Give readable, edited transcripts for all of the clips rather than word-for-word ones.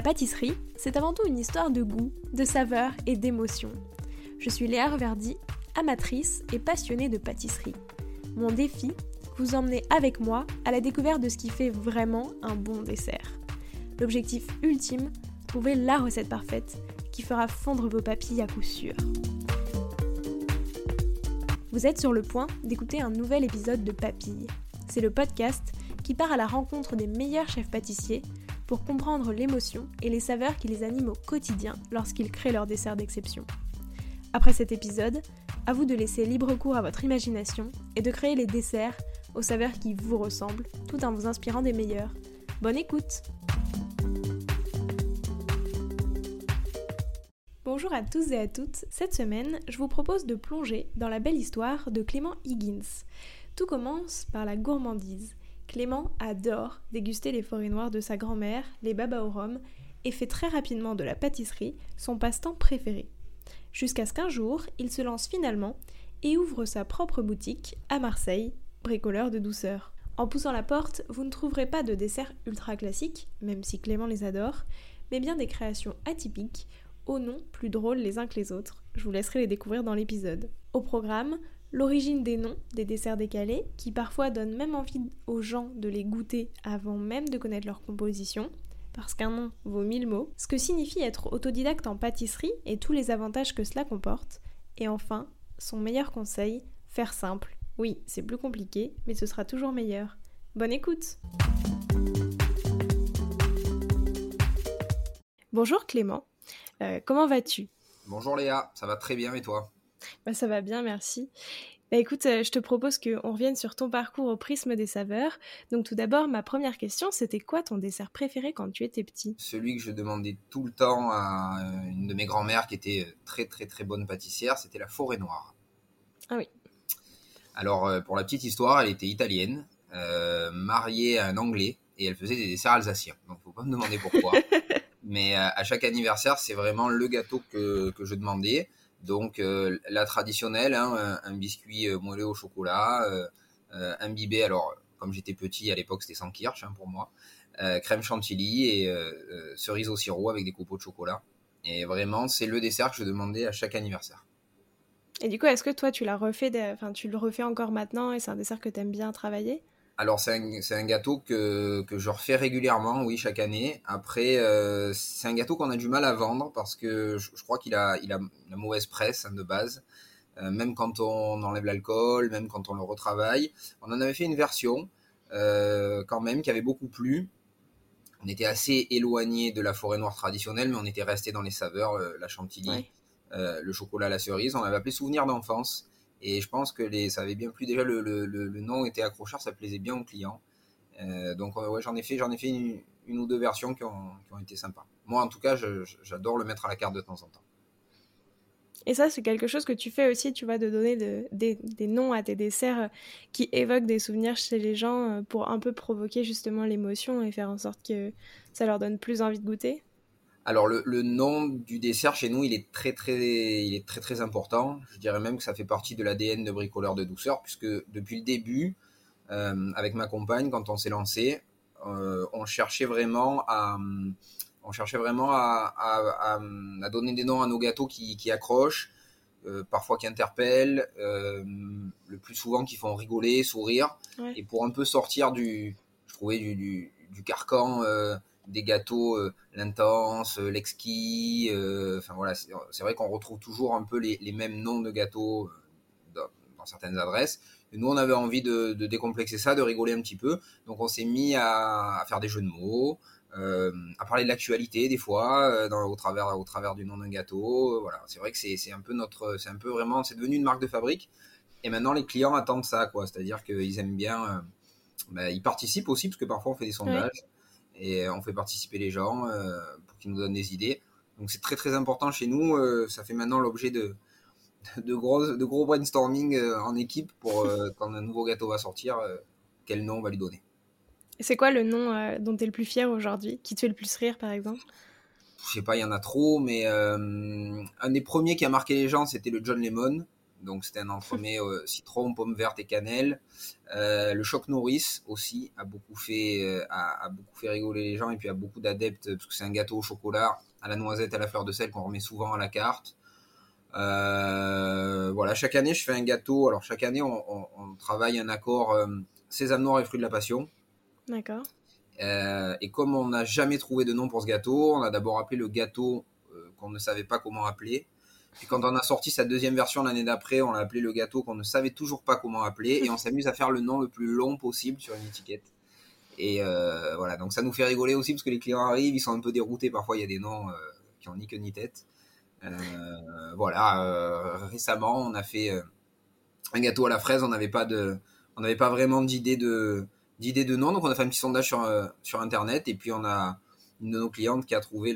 pâtisserie, c'est avant tout une histoire de goût, de saveur et d'émotion. Je suis Léa Reverdy, amatrice et passionnée de pâtisserie. Mon défi, vous emmener avec moi à la découverte de ce qui fait vraiment un bon dessert. L'objectif ultime, trouver la recette parfaite qui fera fondre vos papilles à coup sûr. Vous êtes sur le point d'écouter un nouvel épisode de Papilles. C'est le podcast qui part à la rencontre des meilleurs chefs pâtissiers pour comprendre l'émotion et les saveurs qui les animent au quotidien lorsqu'ils créent leur dessert d'exception. Après cet épisode, à vous de laisser libre cours à votre imagination et de créer les desserts aux saveurs qui vous ressemblent, tout en vous inspirant des meilleurs. Bonne écoute! Bonjour à tous et à toutes, cette semaine, je vous propose de plonger dans la belle histoire de Clément Higgins. Tout commence par la gourmandise. Clément adore déguster les forêts noires de sa grand-mère, les babas au rhum, et fait très rapidement de la pâtisserie son passe-temps préféré. Jusqu'à ce qu'un jour, il se lance finalement et ouvre sa propre boutique à Marseille, bricoleur de douceur. En poussant la porte, vous ne trouverez pas de desserts ultra classiques, même si Clément les adore, mais bien des créations atypiques, aux noms plus drôles les uns que les autres. Je vous laisserai les découvrir dans l'épisode. Au programme, l'origine des noms des desserts décalés, qui parfois donnent même envie aux gens de les goûter avant même de connaître leur composition, parce qu'un nom vaut 1000 mots, ce que signifie être autodidacte en pâtisserie et tous les avantages que cela comporte, et enfin, son meilleur conseil, faire simple. Oui, c'est plus compliqué, mais ce sera toujours meilleur. Bonne écoute! Bonjour Clément, comment vas-tu? Bonjour Léa, ça va très bien et toi? Ça va bien, merci. Écoute, je te propose qu'on revienne sur ton parcours au prisme des saveurs. Donc tout d'abord, ma première question, c'était quoi ton dessert préféré quand tu étais petit? Celui que je demandais tout le temps à une de mes grand-mères qui était très très très bonne pâtissière, c'était la forêt noire. Ah oui. Alors pour la petite histoire, elle était italienne, mariée à un Anglais et elle faisait des desserts alsaciens. Donc faut pas me demander pourquoi. Mais à chaque anniversaire, c'est vraiment le gâteau que je demandais. Donc la traditionnelle, hein, un biscuit moelleux au chocolat, imbibé, alors comme j'étais petit à l'époque c'était sans kirsch pour moi, crème chantilly et cerise au sirop avec des copeaux de chocolat. Et vraiment c'est le dessert que je demandais à chaque anniversaire. Et du coup, est-ce que toi tu tu le refais encore maintenant et c'est un dessert que tu aimes bien travailler? Alors c'est un gâteau que je refais régulièrement, oui, chaque année. Après, c'est un gâteau qu'on a du mal à vendre parce que je crois qu'il a la mauvaise presse de base. Même quand on enlève l'alcool, même quand on le retravaille. On en avait fait une version quand même qui avait beaucoup plu. On était assez éloigné de la forêt noire traditionnelle, mais on était resté dans les saveurs, la chantilly, le chocolat, la cerise. On l'avait appelé Souvenir d'enfance. Et je pense que ça avait bien plu. Déjà, le nom était accrocheur, ça plaisait bien aux clients. Donc, ouais, j'en ai fait une ou deux versions qui ont été sympas. Moi, en tout cas, j'adore le mettre à la carte de temps en temps. Et ça, c'est quelque chose que tu fais aussi, tu vois, de donner des noms à tes desserts qui évoquent des souvenirs chez les gens pour un peu provoquer justement l'émotion et faire en sorte que ça leur donne plus envie de goûter. Alors le nom du dessert chez nous, il est très très important. Je dirais même que ça fait partie de l'ADN de bricoleur de douceur, puisque depuis le début, avec ma compagne, quand on s'est lancé, on cherchait vraiment à donner des noms à nos gâteaux qui accrochent, parfois qui interpellent, le plus souvent qui font rigoler, sourire, et pour un peu sortir je trouvais du carcan des gâteaux, l'intense, l'exquis, enfin voilà, c'est vrai qu'on retrouve toujours un peu les mêmes noms de gâteaux dans certaines adresses. Et nous, on avait envie de décomplexer ça, de rigoler un petit peu. Donc, on s'est mis à faire des jeux de mots, à parler de l'actualité des fois, au travers du nom d'un gâteau. Voilà, c'est vrai que c'est un peu c'est devenu une marque de fabrique. Et maintenant, les clients attendent ça, quoi. C'est-à-dire qu'ils aiment bien, ils participent aussi, parce que parfois on fait des sondages et on fait participer les gens pour qu'ils nous donnent des idées. Donc, c'est très très important chez nous. Ça fait maintenant l'objet de gros brainstorming en équipe pour quand un nouveau gâteau va sortir, quel nom on va lui donner. Et c'est quoi le nom dont tu es le plus fier aujourd'hui, qui te fait le plus rire par exemple? Je sais pas, il y en a trop, mais un des premiers qui a marqué les gens, c'était le John Lemon. Donc c'était un entremets citron, pomme verte et cannelle. Le choc Norris aussi a beaucoup fait rigoler les gens, et puis a beaucoup d'adeptes parce que c'est un gâteau au chocolat, à la noisette, à la fleur de sel qu'on remet souvent à la carte. Voilà, chaque année je fais un gâteau. Alors chaque année on travaille un accord sésame noir et fruits de la passion. D'accord. Et comme on n'a jamais trouvé de nom pour ce gâteau, on a d'abord appelé le gâteau qu'on ne savait pas comment appeler. Puis quand on a sorti sa deuxième version l'année d'après, on l'a appelé le gâteau qu'on ne savait toujours pas comment appeler, et on s'amuse à faire le nom le plus long possible sur une étiquette. Et voilà, donc ça nous fait rigoler aussi parce que les clients arrivent, ils sont un peu déroutés, parfois il y a des noms qui ont ni queue ni tête. Voilà, récemment on a fait un gâteau à la fraise, on n'avait pas vraiment d'idée de nom, donc on a fait un petit sondage sur internet, et puis on a une de nos clientes qui a trouvé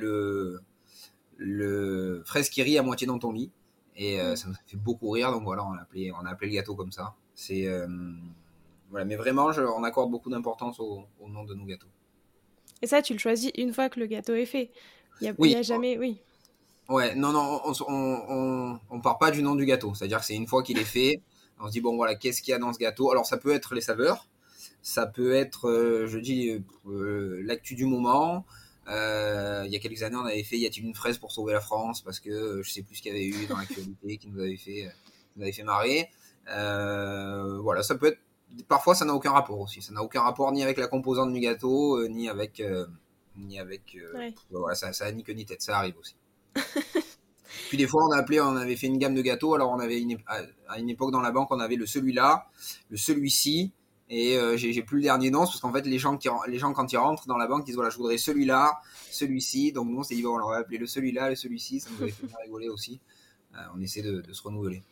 le fraise qui rit à moitié dans ton lit, et ça nous a fait beaucoup rire, donc voilà, on a appelé le gâteau comme ça. C'est voilà, mais vraiment on accorde beaucoup d'importance au nom de nos gâteaux. Et ça, tu le choisis une fois que le gâteau est fait. Il Oui. y a jamais, oui. Ouais, non, on part pas du nom du gâteau, c'est-à-dire que c'est une fois qu'il est fait, on se dit bon voilà, qu'est-ce qu'il y a dans ce gâteau. Alors ça peut être les saveurs, ça peut être, l'actu du moment. Il y a quelques années, on avait fait y a-t-il une fraise pour sauver la France, parce que je sais plus ce qu'il y avait eu dans l'actualité qui nous avait fait marrer. Voilà, ça peut être. Parfois, ça n'a aucun rapport aussi. Ça n'a aucun rapport ni avec la composante du gâteau, ni avec. Ouais. Voilà, ça a ni queue ni tête. Ça arrive aussi. Puis des fois, on avait fait une gamme de gâteaux. Alors, on avait à une époque dans la banque, on avait le celui-là, le celui-ci. Et j'ai plus le dernier nom, parce qu'en fait les gens quand ils rentrent dans la banque, ils disent voilà, je voudrais celui-là, celui-ci. Donc nous on s'est dit bon, on va appeler le celui-là, le celui-ci. Ça nous avait fait bien rigoler aussi. On essaie de se renouveler.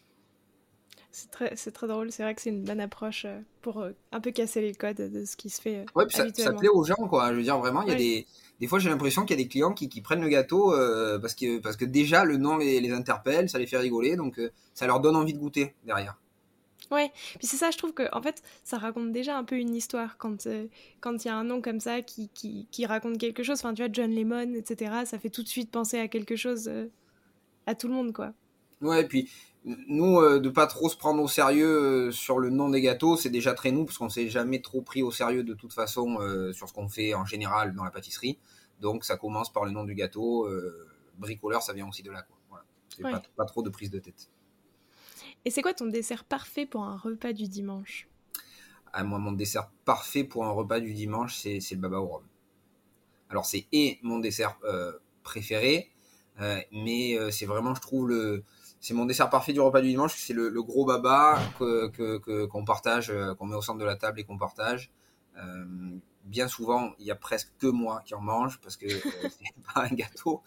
C'est très drôle, c'est vrai que c'est une bonne approche pour un peu casser les codes de ce qui se fait Ouais, puis ça habituellement. plaît aux gens, quoi. Je veux dire, vraiment, il y a des fois, j'ai l'impression qu'il y a des clients qui prennent le gâteau parce que déjà, le nom les interpelle, ça les fait rigoler, donc ça leur donne envie de goûter derrière. Ouais, puis c'est ça, je trouve que en fait, ça raconte déjà un peu une histoire quand il y a un nom comme ça qui raconte quelque chose. Enfin, tu vois, John Lemon, etc., ça fait tout de suite penser à quelque chose, à tout le monde, quoi. Ouais, et puis nous, de pas trop se prendre au sérieux sur le nom des gâteaux, c'est déjà très nous, parce qu'on s'est jamais trop pris au sérieux de toute façon sur ce qu'on fait en général dans la pâtisserie. Donc ça commence par le nom du gâteau. Bricoleur, ça vient aussi de là, quoi. Voilà. C'est Ouais. pas trop de prise de tête. Et c'est quoi ton dessert parfait pour un repas du dimanche ? Ah, moi, mon dessert parfait pour un repas du dimanche, c'est le baba au rhum. Alors c'est mon dessert préféré, mais c'est vraiment, je trouve, c'est mon dessert parfait du repas du dimanche. C'est le gros baba qu'on partage, qu'on met au centre de la table et qu'on partage. Bien souvent, il y a presque que moi qui en mange, parce que c'est pas un gâteau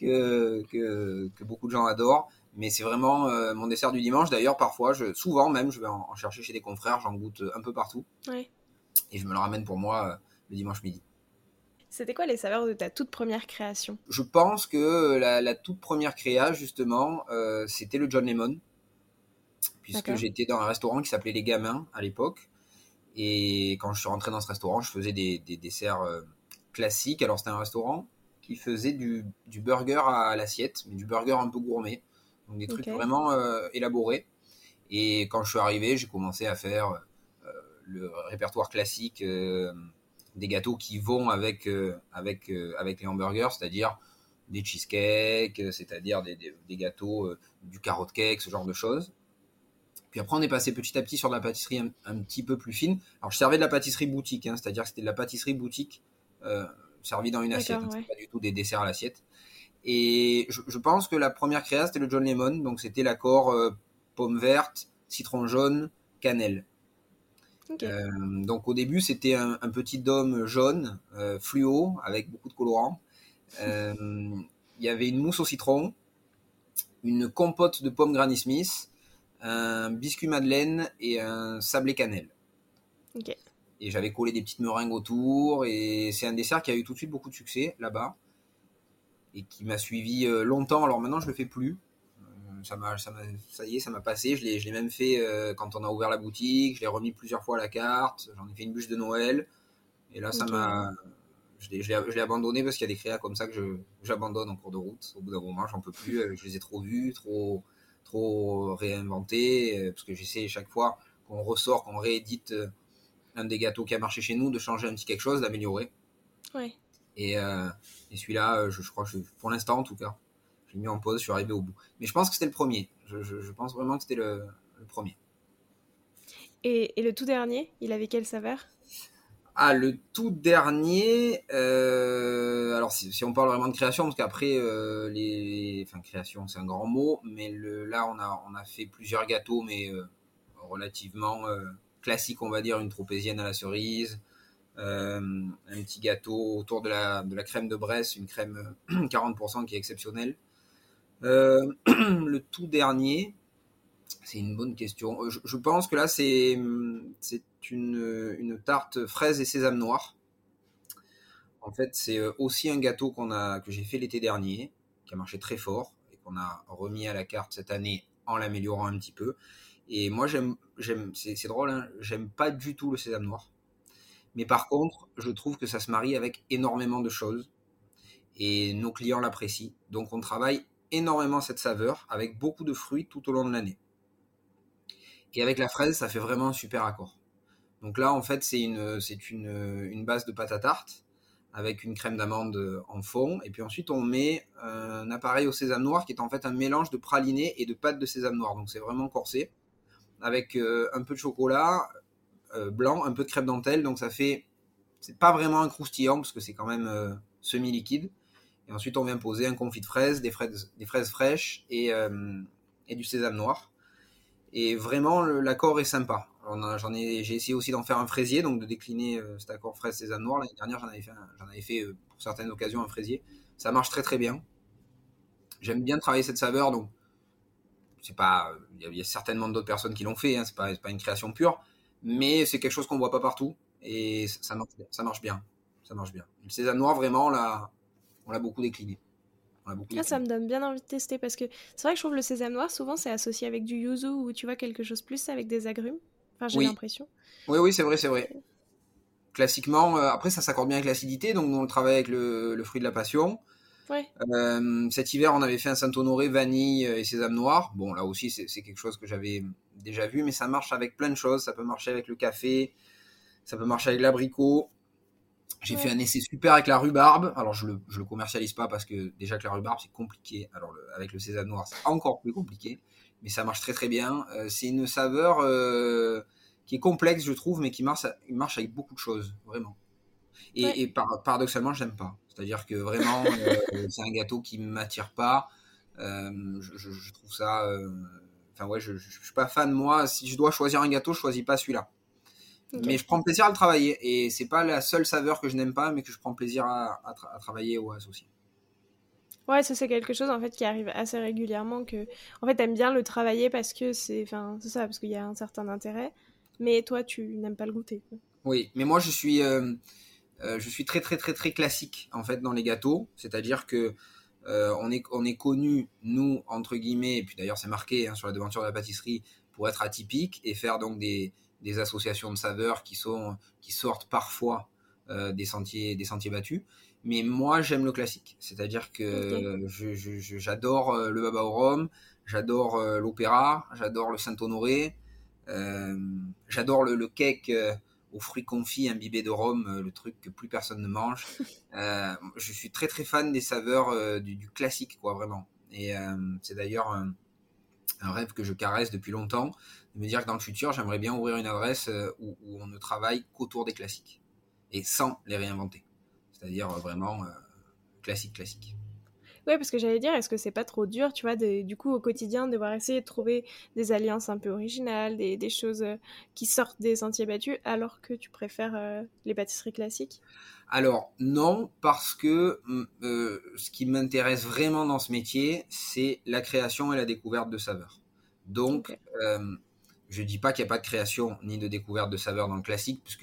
que beaucoup de gens adorent. Mais c'est vraiment mon dessert du dimanche. D'ailleurs, parfois, souvent même, je vais en chercher chez des confrères, j'en goûte un peu partout. Ouais. Et je me le ramène pour moi le dimanche midi. C'était quoi les saveurs de ta toute première création ? Je pense que la toute première créa, justement, c'était le John Lemon, puisque D'accord. j'étais dans un restaurant qui s'appelait Les Gamins à l'époque. Et quand je suis rentré dans ce restaurant, je faisais des desserts classiques. Alors c'était un restaurant qui faisait du burger à l'assiette, mais du burger un peu gourmet. Donc des trucs vraiment élaborés. Et quand je suis arrivé, j'ai commencé à faire le répertoire classique des gâteaux qui vont avec les hamburgers, c'est-à-dire des cheesecakes, c'est-à-dire des gâteaux, du carrot cake, ce genre de choses. Puis après, on est passé petit à petit sur de la pâtisserie un petit peu plus fine. Alors, je servais de la pâtisserie boutique, hein, c'est-à-dire que c'était de la pâtisserie boutique servie dans une assiette. Hein, c'est pas du tout des desserts à l'assiette. Et je pense que la première créa, c'était le John Lemon. Donc, c'était l'accord pomme verte, citron jaune, cannelle. Okay. Donc, au début, c'était un petit dôme jaune, fluo, avec beaucoup de colorants. Il y avait une mousse au citron, une compote de pommes Granny Smith, un biscuit madeleine et un sablé cannelle. Okay. Et j'avais collé des petites meringues autour, et c'est un dessert qui a eu tout de suite beaucoup de succès là-bas et qui m'a suivi longtemps. Alors maintenant, je le fais plus. Ça y est, ça m'a passé. Je l'ai même fait quand on a ouvert la boutique. Je l'ai remis plusieurs fois à la carte. J'en ai fait une bûche de Noël. Et là, je l'ai abandonné parce qu'il y a des créas comme ça que j'abandonne en cours de route. Au bout d'un moment, j'en peux plus. Je les ai trop vus, trop trop réinventer, parce que j'essaie chaque fois qu'on ressort, qu'on réédite un des gâteaux qui a marché chez nous, de changer un petit quelque chose, d'améliorer. Ouais. Et celui-là, je crois que pour l'instant en tout cas, je l'ai mis en pause, je suis arrivé au bout. Mais je pense que c'était le premier. Je pense vraiment que c'était le premier. Et le tout dernier, il avait quelle saveur? Ah, le tout dernier, alors si on parle vraiment de création, parce qu'après, enfin création c'est un grand mot, mais là on a fait plusieurs gâteaux, mais relativement classiques, on va dire, une tropézienne à la cerise, un petit gâteau autour de la crème de Bresse, une crème 40% qui est exceptionnelle. Le tout dernier, c'est une bonne question. Je pense que là, c'est une tarte fraise et sésame noir. En fait, c'est aussi un gâteau que j'ai fait l'été dernier, qui a marché très fort et qu'on a remis à la carte cette année en l'améliorant un petit peu. Et moi, c'est drôle, hein, j'aime pas du tout le sésame noir. Mais par contre, je trouve que ça se marie avec énormément de choses et nos clients l'apprécient. Donc, on travaille énormément cette saveur avec beaucoup de fruits tout au long de l'année. Et avec la fraise, ça fait vraiment un super accord. Donc là, en fait, c'est une base de pâte à tarte avec une crème d'amande en fond. Et puis ensuite, on met un appareil au sésame noir qui est en fait un mélange de praliné et de pâte de sésame noir. Donc c'est vraiment corsé avec un peu de chocolat blanc, un peu de crème dentelle. Donc ça fait, c'est pas vraiment un croustillant parce que c'est quand même semi-liquide. Et ensuite, on vient poser un confit de fraises, des fraises fraîches et du sésame noir. Et vraiment, l'accord est sympa. J'ai essayé aussi d'en faire un fraisier, donc de décliner cet accord fraise sésame noir. L'année dernière, j'en avais fait pour certaines occasions un fraisier. Ça marche très très bien. J'aime bien travailler cette saveur, donc c'est pas, il y a certainement d'autres personnes qui l'ont fait. Hein, c'est pas une création pure, mais c'est quelque chose qu'on voit pas partout et ça marche bien. Ça marche bien. Le sésame noir, vraiment, on l'a beaucoup décliné. Ah, ça me donne bien envie de tester parce que c'est vrai que je trouve le sésame noir, souvent c'est associé avec du yuzu ou tu vois quelque chose plus avec des agrumes. Enfin, j'ai Oui, l'impression. oui, c'est vrai, c'est vrai. Classiquement, après ça s'accorde bien avec l'acidité, donc nous on le travaille avec le fruit de la passion. Ouais. Cet hiver, on avait fait un Saint-Honoré vanille et sésame noir. Bon, là aussi, c'est quelque chose que j'avais déjà vu, mais ça marche avec plein de choses. Ça peut marcher avec le café, ça peut marcher avec l'abricot. J'ai fait un essai super avec la rhubarbe. Alors, je le commercialise pas parce que déjà que la rhubarbe, c'est compliqué. Alors, avec le sésame noir, c'est encore plus compliqué. Mais ça marche très très bien. C'est une saveur qui est complexe, je trouve, mais qui marche avec beaucoup de choses, vraiment. Et paradoxalement, je n'aime pas. C'est-à-dire que vraiment, c'est un gâteau qui ne m'attire pas. Je trouve ça. Enfin, ouais, je ne suis pas fan. Moi, si je dois choisir un gâteau, je ne choisis pas celui-là. Okay. Mais je prends plaisir à le travailler. Et c'est pas la seule saveur que je n'aime pas, mais que je prends plaisir à travailler ou à associer. Ouais, ça c'est quelque chose en fait qui arrive assez régulièrement que en fait t'aimes bien le travailler parce que c'est ça parce qu'il y a un certain intérêt, mais toi tu n'aimes pas le goûter. Oui, mais moi je suis très très très très classique en fait dans les gâteaux, c'est-à-dire que on est connu nous entre guillemets, et puis d'ailleurs c'est marqué hein, sur la devanture de la pâtisserie pour être atypique et faire donc des associations de saveurs qui sortent parfois des sentiers battus. Mais moi, j'aime le classique. C'est-à-dire que j'adore le baba au rhum, j'adore l'opéra, j'adore le Saint-Honoré, j'adore le cake aux fruits confits imbibés de rhum, le truc que plus personne ne mange. Je suis très très fan des saveurs du classique, quoi, vraiment. Et c'est d'ailleurs un rêve que je caresse depuis longtemps, de me dire que dans le futur, j'aimerais bien ouvrir une adresse où on ne travaille qu'autour des classiques et sans les réinventer. C'est-à-dire vraiment classique. Ouais, parce que j'allais dire, est-ce que c'est pas trop dur, tu vois, du coup, au quotidien, de devoir essayer de trouver des alliances un peu originales, des choses qui sortent des sentiers battus, alors que tu préfères les pâtisseries classiques? Alors, non, parce que ce qui m'intéresse vraiment dans ce métier, c'est la création et la découverte de saveurs. Donc, je dis pas qu'il n'y a pas de création ni de découverte de saveurs dans le classique, puisque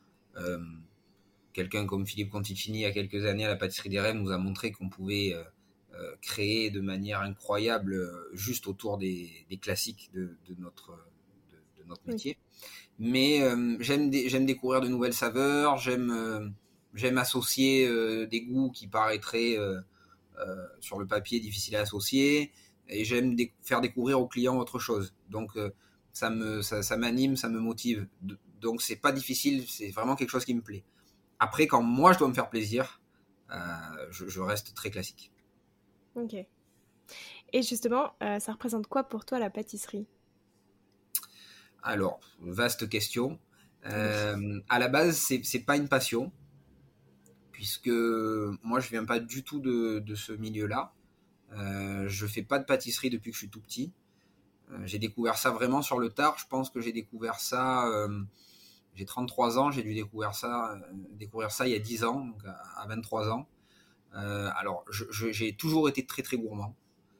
quelqu'un comme Philippe Conticini, il y a quelques années, à la Pâtisserie des Rêves, nous a montré qu'on pouvait créer de manière incroyable juste autour des classiques de notre métier. Mais j'aime découvrir de nouvelles saveurs, j'aime associer des goûts qui paraîtraient sur le papier difficiles à associer. et j'aime faire découvrir aux clients autre chose. Donc ça m'anime, ça me motive. Donc c'est pas difficile, c'est vraiment quelque chose qui me plaît. Après, quand moi je dois me faire plaisir, je reste très classique. Ok. Et justement, ça représente quoi pour toi la pâtisserie? Alors, vaste question. Oui. À la base, c'est pas une passion, puisque moi je viens pas du tout de ce milieu-là. Je fais pas de pâtisserie depuis que je suis tout petit. J'ai découvert ça vraiment sur le tard. Je pense que j'ai découvert ça. J'ai 33 ans, j'ai dû découvrir ça il y a 10 ans, donc à 23 ans. Alors, j'ai toujours été très très gourmand.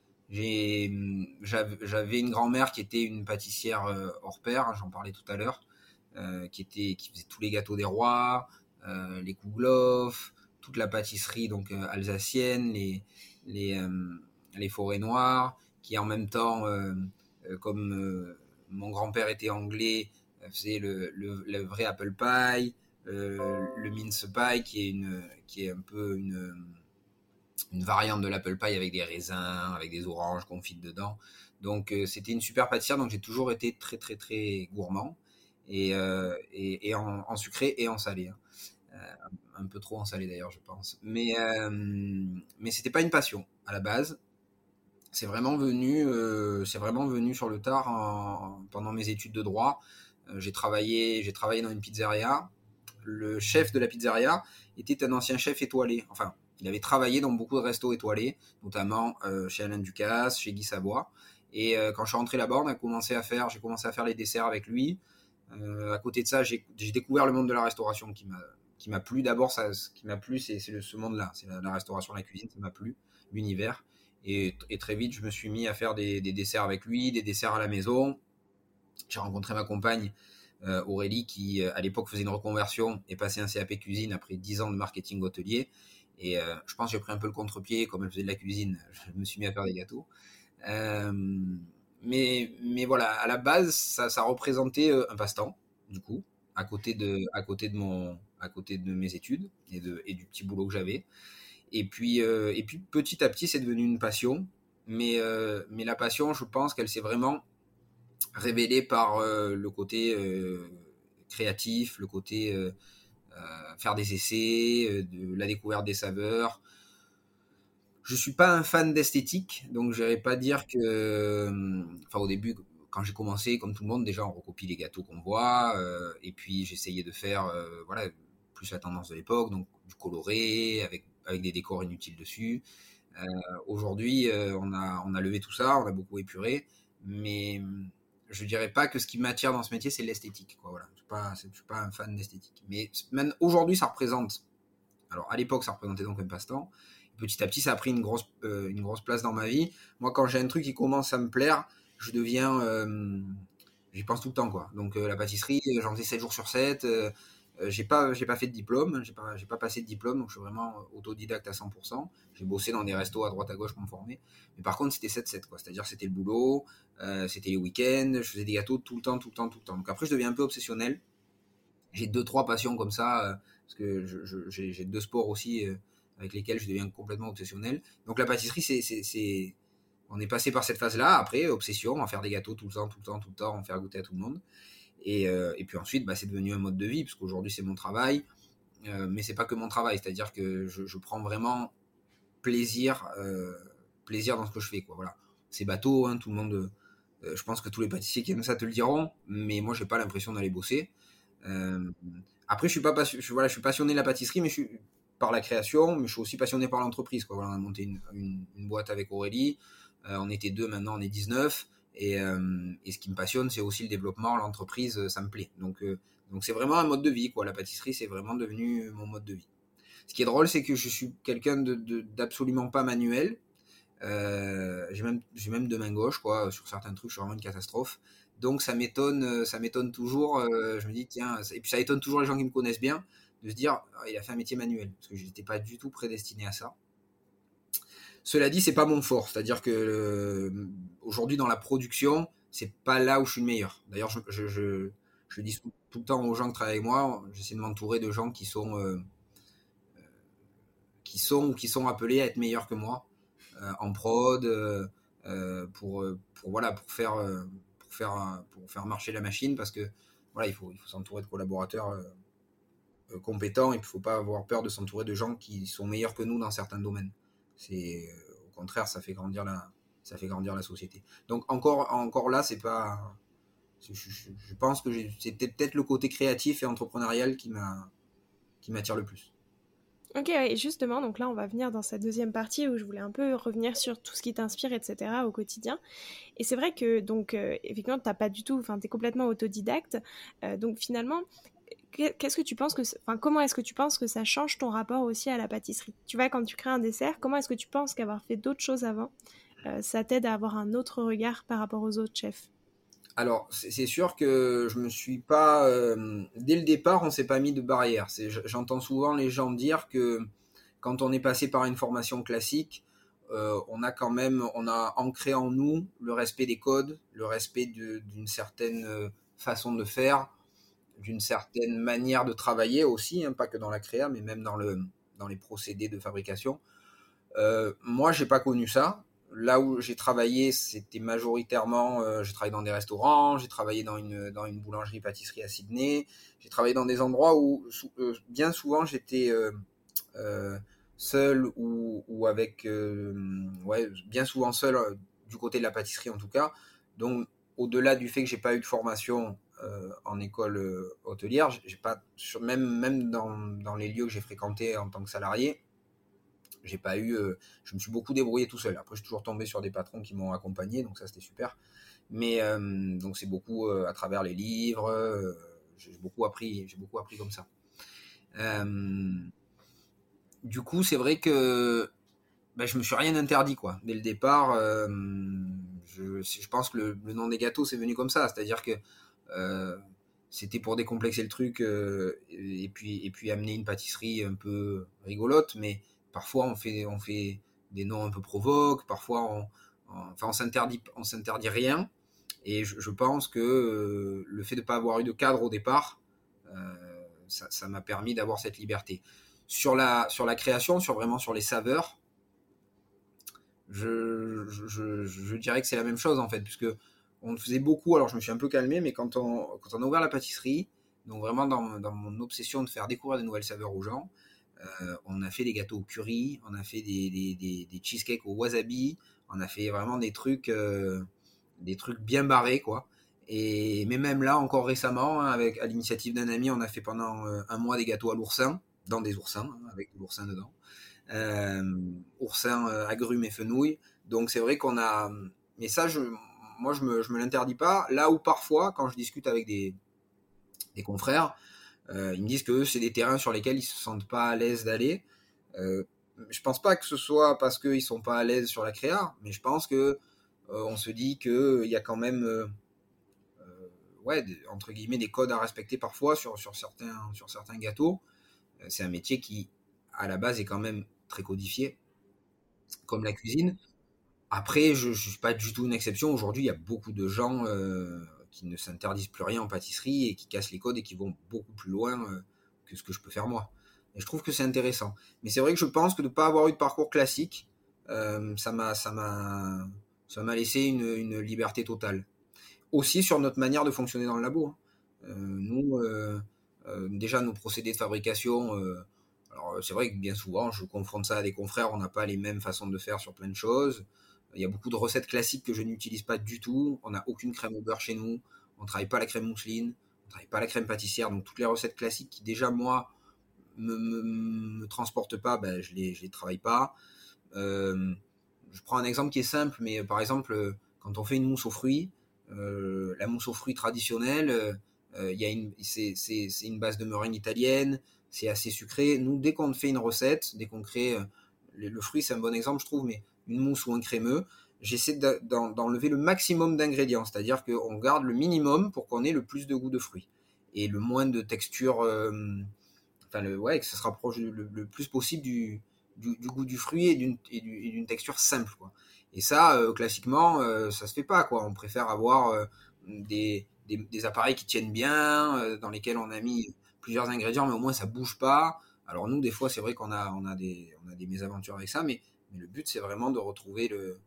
J'avais une grand-mère qui était une pâtissière hors pair, hein, j'en parlais tout à l'heure, qui faisait tous les gâteaux des rois, les kouglof, toute la pâtisserie donc alsacienne, les forêts noires, qui en même temps, comme mon grand-père était anglais, faisait le vrai apple pie, le mince pie qui est un peu une variante de l'apple pie avec des raisins, avec des oranges confites dedans. Donc c'était une super pâtissière, donc j'ai toujours été très très très gourmand et en sucré et en salé. Hein. Un peu trop en salé d'ailleurs, je pense. Mais c'était pas une passion à la base. C'est vraiment venu sur le tard pendant mes études de droit. J'ai travaillé dans une pizzeria. Le chef de la pizzeria était un ancien chef étoilé. Enfin, il avait travaillé dans beaucoup de restos étoilés, notamment chez Alain Ducasse, chez Guy Savoie. Et quand je suis rentré là-bas, j'ai commencé à faire les desserts avec lui. À côté de ça, j'ai découvert le monde de la restauration qui m'a plu. D'abord, ce qui m'a plu, c'est ce monde-là. C'est la restauration, la cuisine, ça m'a plu, l'univers. Et très vite, je me suis mis à faire des desserts avec lui, des desserts à la maison. J'ai rencontré ma compagne Aurélie qui à l'époque faisait une reconversion et passait un CAP cuisine après 10 ans de marketing hôtelier. Et je pense que j'ai pris un peu le contre-pied, comme elle faisait de la cuisine, je me suis mis à faire des gâteaux. Euh, mais voilà, à la base, ça représentait un passe-temps, du coup, à côté de mes études et du petit boulot que j'avais. Et puis petit à petit, c'est devenu une passion. Mais la passion, je pense qu'elle s'est vraiment révélée par le côté créatif, le côté faire des essais, de la découverte des saveurs. Je suis pas un fan d'esthétique, donc je n'irais pas dire que. Enfin, au début, quand j'ai commencé, comme tout le monde, déjà on recopie les gâteaux qu'on voit, et puis j'essayais de faire, voilà, plus la tendance de l'époque, donc du coloré, avec des décors inutiles dessus. Aujourd'hui, on a levé tout ça, on a beaucoup épuré, mais je dirais pas que ce qui m'attire dans ce métier, c'est l'esthétique, quoi. Voilà, je suis pas un fan d'esthétique. Mais même aujourd'hui, ça représente. Alors, à l'époque, ça représentait donc un passe-temps. Petit à petit, ça a pris une grosse place dans ma vie. Moi, quand j'ai un truc qui commence à me plaire, je deviens. J'y pense tout le temps, quoi. Donc, la pâtisserie, j'en faisais 7 jours sur 7. J'ai pas fait de diplôme, j'ai pas passé de diplôme, donc je suis vraiment autodidacte à 100%. J'ai bossé dans des restos à droite à gauche pour me former. Mais par contre, c'était 7-7, quoi. C'est-à-dire, c'était le boulot, c'était les week-ends, je faisais des gâteaux tout le temps, tout le temps, tout le temps. Donc après, je deviens un peu obsessionnel. J'ai deux, trois passions comme ça, parce que j'ai deux sports aussi avec lesquels je deviens complètement obsessionnel. Donc la pâtisserie, on est passé par cette phase-là. Après, obsession, en faire des gâteaux tout le temps, tout le temps, tout le temps, en faire goûter à tout le monde. Et puis ensuite, bah, c'est devenu un mode de vie, parce qu'aujourd'hui, c'est mon travail. Mais c'est pas que mon travail, c'est-à-dire que je prends vraiment plaisir, plaisir dans ce que je fais, quoi. Voilà. C'est bateau, hein, tout le monde. Je pense que tous les pâtissiers qui aiment ça te le diront, mais moi, j'ai pas l'impression d'aller bosser. Euh, Après, je suis pas voilà, je suis passionné de la pâtisserie, mais je suis par la création, mais je suis aussi passionné par l'entreprise, quoi. Voilà, on a monté une boîte avec Aurélie. On était deux, maintenant on est 19. Et ce qui me passionne, c'est aussi le développement, l'entreprise, ça me plaît. Donc c'est vraiment un mode de vie, quoi. La pâtisserie, c'est vraiment devenu mon mode de vie. Ce qui est drôle, c'est que je suis quelqu'un d'absolument pas manuel. J'ai même deux mains gauches, quoi. Sur certains trucs, je suis vraiment une catastrophe. Donc ça m'étonne toujours. Je me dis, tiens, et puis ça étonne toujours les gens qui me connaissent bien de se dire, ah, il a fait un métier manuel, parce que je n'étais pas du tout prédestiné à ça. Cela dit, c'est pas mon fort, c'est-à-dire que aujourd'hui dans la production, c'est pas là où je suis le meilleur. D'ailleurs, je dis tout le temps aux gens qui travaillent avec moi, j'essaie de m'entourer de gens qui sont appelés à être meilleurs que moi en prod. pour faire marcher la machine, parce que voilà, il faut s'entourer de collaborateurs compétents, et il ne faut pas avoir peur de s'entourer de gens qui sont meilleurs que nous dans certains domaines. Au contraire, ça fait grandir la société. Donc encore là, c'est pas. Je pense que c'est peut-être le côté créatif et entrepreneurial qui m'attire le plus. Ok, et justement, donc là, on va venir dans cette deuxième partie où je voulais un peu revenir sur tout ce qui t'inspire, etc. au quotidien. Et c'est vrai que, donc, effectivement, t'es complètement autodidacte. Donc, finalement, qu'est-ce que tu penses comment est-ce que tu penses que ça change ton rapport aussi à la pâtisserie? Tu vois, quand tu crées un dessert, comment est-ce que tu penses qu'avoir fait d'autres choses avant, ça t'aide à avoir un autre regard par rapport aux autres chefs? Alors, c'est sûr que je me suis pas. Dès le départ, on s'est pas mis de barrière. J'entends souvent les gens dire que quand on est passé par une formation classique, on a ancré en nous le respect des codes, le respect d'une certaine façon de faire, d'une certaine manière de travailler aussi, hein, pas que dans la créa, mais même dans les procédés de fabrication. Moi, j'ai pas connu ça. Là où j'ai travaillé, c'était majoritairement, j'ai travaillé dans des restaurants, j'ai travaillé dans une boulangerie-pâtisserie à Sydney, j'ai travaillé dans des endroits où bien souvent j'étais euh, seul ou avec, ouais, bien souvent seul du côté de la pâtisserie en tout cas. Donc, au-delà du fait que j'ai pas eu de formation en école hôtelière, j'ai pas, même dans les lieux que j'ai fréquentés en tant que salarié, j'ai pas eu, je me suis beaucoup débrouillé tout seul. Après, je suis toujours tombé sur des patrons qui m'ont accompagné, donc ça c'était super. Mais donc c'est beaucoup à travers les livres. J'ai beaucoup appris comme ça. Euh, du coup, c'est vrai que je me suis rien interdit quoi. Dès le départ, je pense que le nom des gâteaux c'est venu comme ça, c'est-à-dire que euh, c'était pour décomplexer le truc et puis amener une pâtisserie un peu rigolote, mais parfois on fait des noms un peu provoques, parfois on s'interdit rien, et je pense que le fait de ne pas avoir eu de cadre au départ, ça m'a permis d'avoir cette liberté. Sur la création, sur les saveurs, je dirais que c'est la même chose en fait, puisque on faisait beaucoup. Alors je me suis un peu calmé, mais quand on a ouvert la pâtisserie, donc vraiment dans mon obsession de faire découvrir des nouvelles saveurs aux gens, on a fait des gâteaux au curry, on a fait des cheesecakes au wasabi, on a fait vraiment des trucs bien barrés quoi. Mais même là, encore récemment, hein, à l'initiative d'un ami, on a fait pendant un mois des gâteaux à l'oursin, dans des oursins, hein, avec de l'oursin dedans. euh, Oursin, agrumes et fenouil. Donc c'est vrai qu'on a. Mais ça, moi, je me l'interdis pas. Là où parfois, quand je discute avec des confrères, ils me disent que c'est des terrains sur lesquels ils se sentent pas à l'aise d'aller. Euh, je pense pas que ce soit parce qu'ils sont pas à l'aise sur la créa, mais je pense que on se dit que il y a quand même, ouais, entre guillemets, des codes à respecter parfois sur certains gâteaux. C'est un métier qui, à la base, est quand même très codifié, comme la cuisine. Après, je ne suis pas du tout une exception. Aujourd'hui, il y a beaucoup de gens qui ne s'interdisent plus rien en pâtisserie et qui cassent les codes et qui vont beaucoup plus loin que ce que je peux faire moi. Et je trouve que c'est intéressant. Mais c'est vrai que je pense que de ne pas avoir eu de parcours classique, ça m'a laissé une liberté totale. Aussi sur notre manière de fonctionner dans le labo, hein. Nous, déjà, nos procédés de fabrication, alors c'est vrai que bien souvent, je confronte ça à des confrères, on n'a pas les mêmes façons de faire sur plein de choses. Il y a beaucoup de recettes classiques que je n'utilise pas du tout. On n'a aucune crème au beurre chez nous. On ne travaille pas la crème mousseline. On ne travaille pas la crème pâtissière. Donc toutes les recettes classiques qui déjà, moi, me transportent pas, je les travaille pas. Euh, je prends un exemple qui est simple, mais par exemple, quand on fait une mousse aux fruits, la mousse aux fruits traditionnelle, c'est une base de meringue italienne, c'est assez sucré. Nous, dès qu'on fait une recette, dès qu'on crée, le fruit, c'est un bon exemple, je trouve, mais une mousse ou un crémeux, j'essaie d'enlever le maximum d'ingrédients, c'est-à-dire qu'on garde le minimum pour qu'on ait le plus de goût de fruits et le moins de texture, enfin, ouais, que ça se rapproche le plus possible du goût du fruit et d'une texture simple, quoi. Et ça, classiquement, ça se fait pas, quoi. On préfère avoir des appareils qui tiennent bien, dans lesquels on a mis plusieurs ingrédients, mais au moins ça bouge pas. Alors nous, des fois, c'est vrai qu'on a des mésaventures avec ça, mais le but, c'est vraiment de retrouver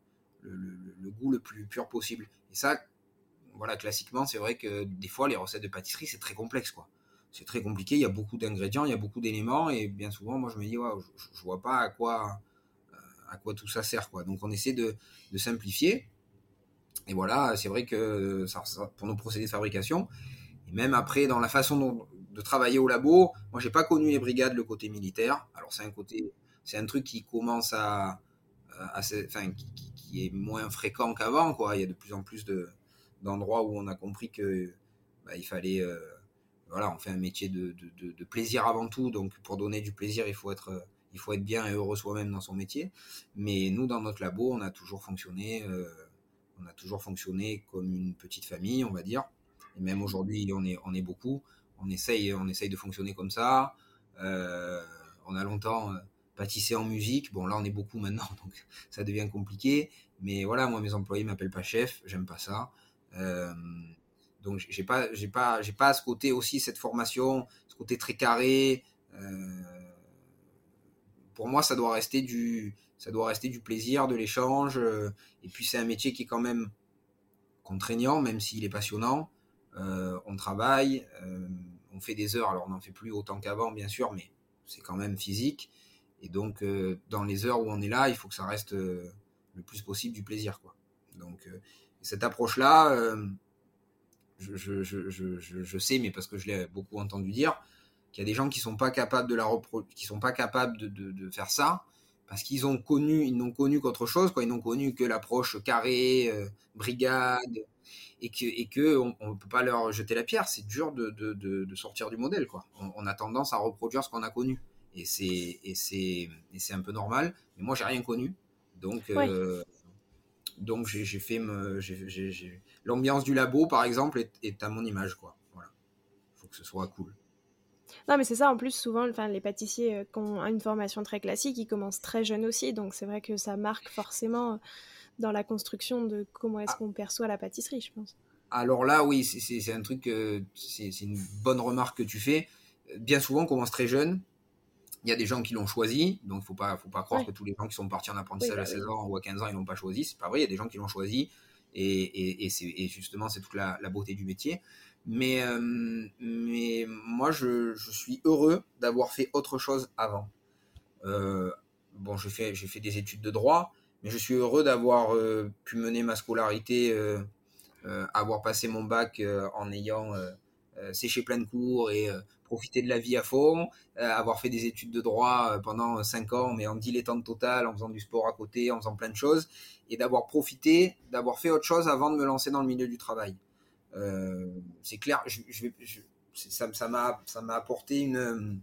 le goût le plus pur possible. Et ça, voilà, classiquement, c'est vrai que des fois, les recettes de pâtisserie, c'est très complexe, quoi. C'est très compliqué, il y a beaucoup d'ingrédients, il y a beaucoup d'éléments, et bien souvent, moi, je me dis, ouais, je vois pas à quoi tout ça sert, quoi. Donc, on essaie de simplifier. Et voilà, c'est vrai que ça, pour nos procédés de fabrication, et même après, dans la façon de travailler au labo, moi, j'ai pas connu les brigades, le côté militaire. Alors, c'est un truc qui commence enfin, qui est moins fréquent qu'avant, quoi. Il y a de plus en plus d'endroits où on a compris que il fallait, voilà, on fait un métier de plaisir avant tout. Donc, pour donner du plaisir, il faut être bien et heureux soi-même dans son métier. Mais nous, dans notre labo, on a toujours fonctionné comme une petite famille, on va dire. Et même aujourd'hui, on est beaucoup. On essaye de fonctionner comme ça. On a longtemps pâtissé en musique. Bon, là, on est beaucoup maintenant, donc ça devient compliqué. Mais voilà, moi, mes employés m'appellent pas chef. J'aime pas ça. Donc, j'ai pas ce côté aussi, cette formation, ce côté très carré. Pour moi, ça doit rester du plaisir, de l'échange. Et puis, c'est un métier qui est quand même contraignant, même s'il est passionnant. On travaille, on fait des heures. Alors, on n'en fait plus autant qu'avant, bien sûr, mais c'est quand même physique. Et donc, dans les heures où on est là, il faut que ça reste le plus possible du plaisir, quoi. Donc, cette approche-là, je sais, mais parce que je l'ai beaucoup entendu dire, qu'il y a des gens qui sont pas capables qui sont pas capables de faire ça, parce qu'ils n'ont connu qu'autre chose, quoi. Ils n'ont connu que l'approche carrée, brigade, et que on peut pas leur jeter la pierre. C'est dur de sortir du modèle, quoi. On a tendance à reproduire ce qu'on a connu, et c'est un peu normal. Mais moi, j'ai rien connu, donc Oui. donc j'ai fait l'ambiance du labo, par exemple, est à mon image, quoi. Voilà, faut que ce soit cool. Non, mais c'est ça, en plus, souvent, enfin, les pâtissiers qui ont une formation très classique, ils commencent très jeunes aussi, donc c'est vrai que ça marque forcément dans la construction de comment est-ce qu'on perçoit la pâtisserie, je pense. Alors là, oui, c'est un truc, c'est une bonne remarque que tu fais. Bien souvent, on commence très jeune. Il y a des gens qui l'ont choisi, donc faut pas croire que tous les gens qui sont partis en apprentissage à 16 ans ou à 15 ans, ils l'ont pas choisi. C'est pas vrai, il y a des gens qui l'ont choisi, et justement, c'est toute la beauté du métier. Mais moi, je suis heureux d'avoir fait autre chose avant. Bon, j'ai fait des études de droit, mais je suis heureux d'avoir pu mener ma scolarité, avoir passé mon bac en ayant séché plein de cours et profité de la vie à fond, avoir fait des études de droit pendant 5 ans, mais en dilettante total, en faisant du sport à côté, en faisant plein de choses, et d'avoir fait autre chose avant de me lancer dans le milieu du travail. C'est clair, ça m'a apporté une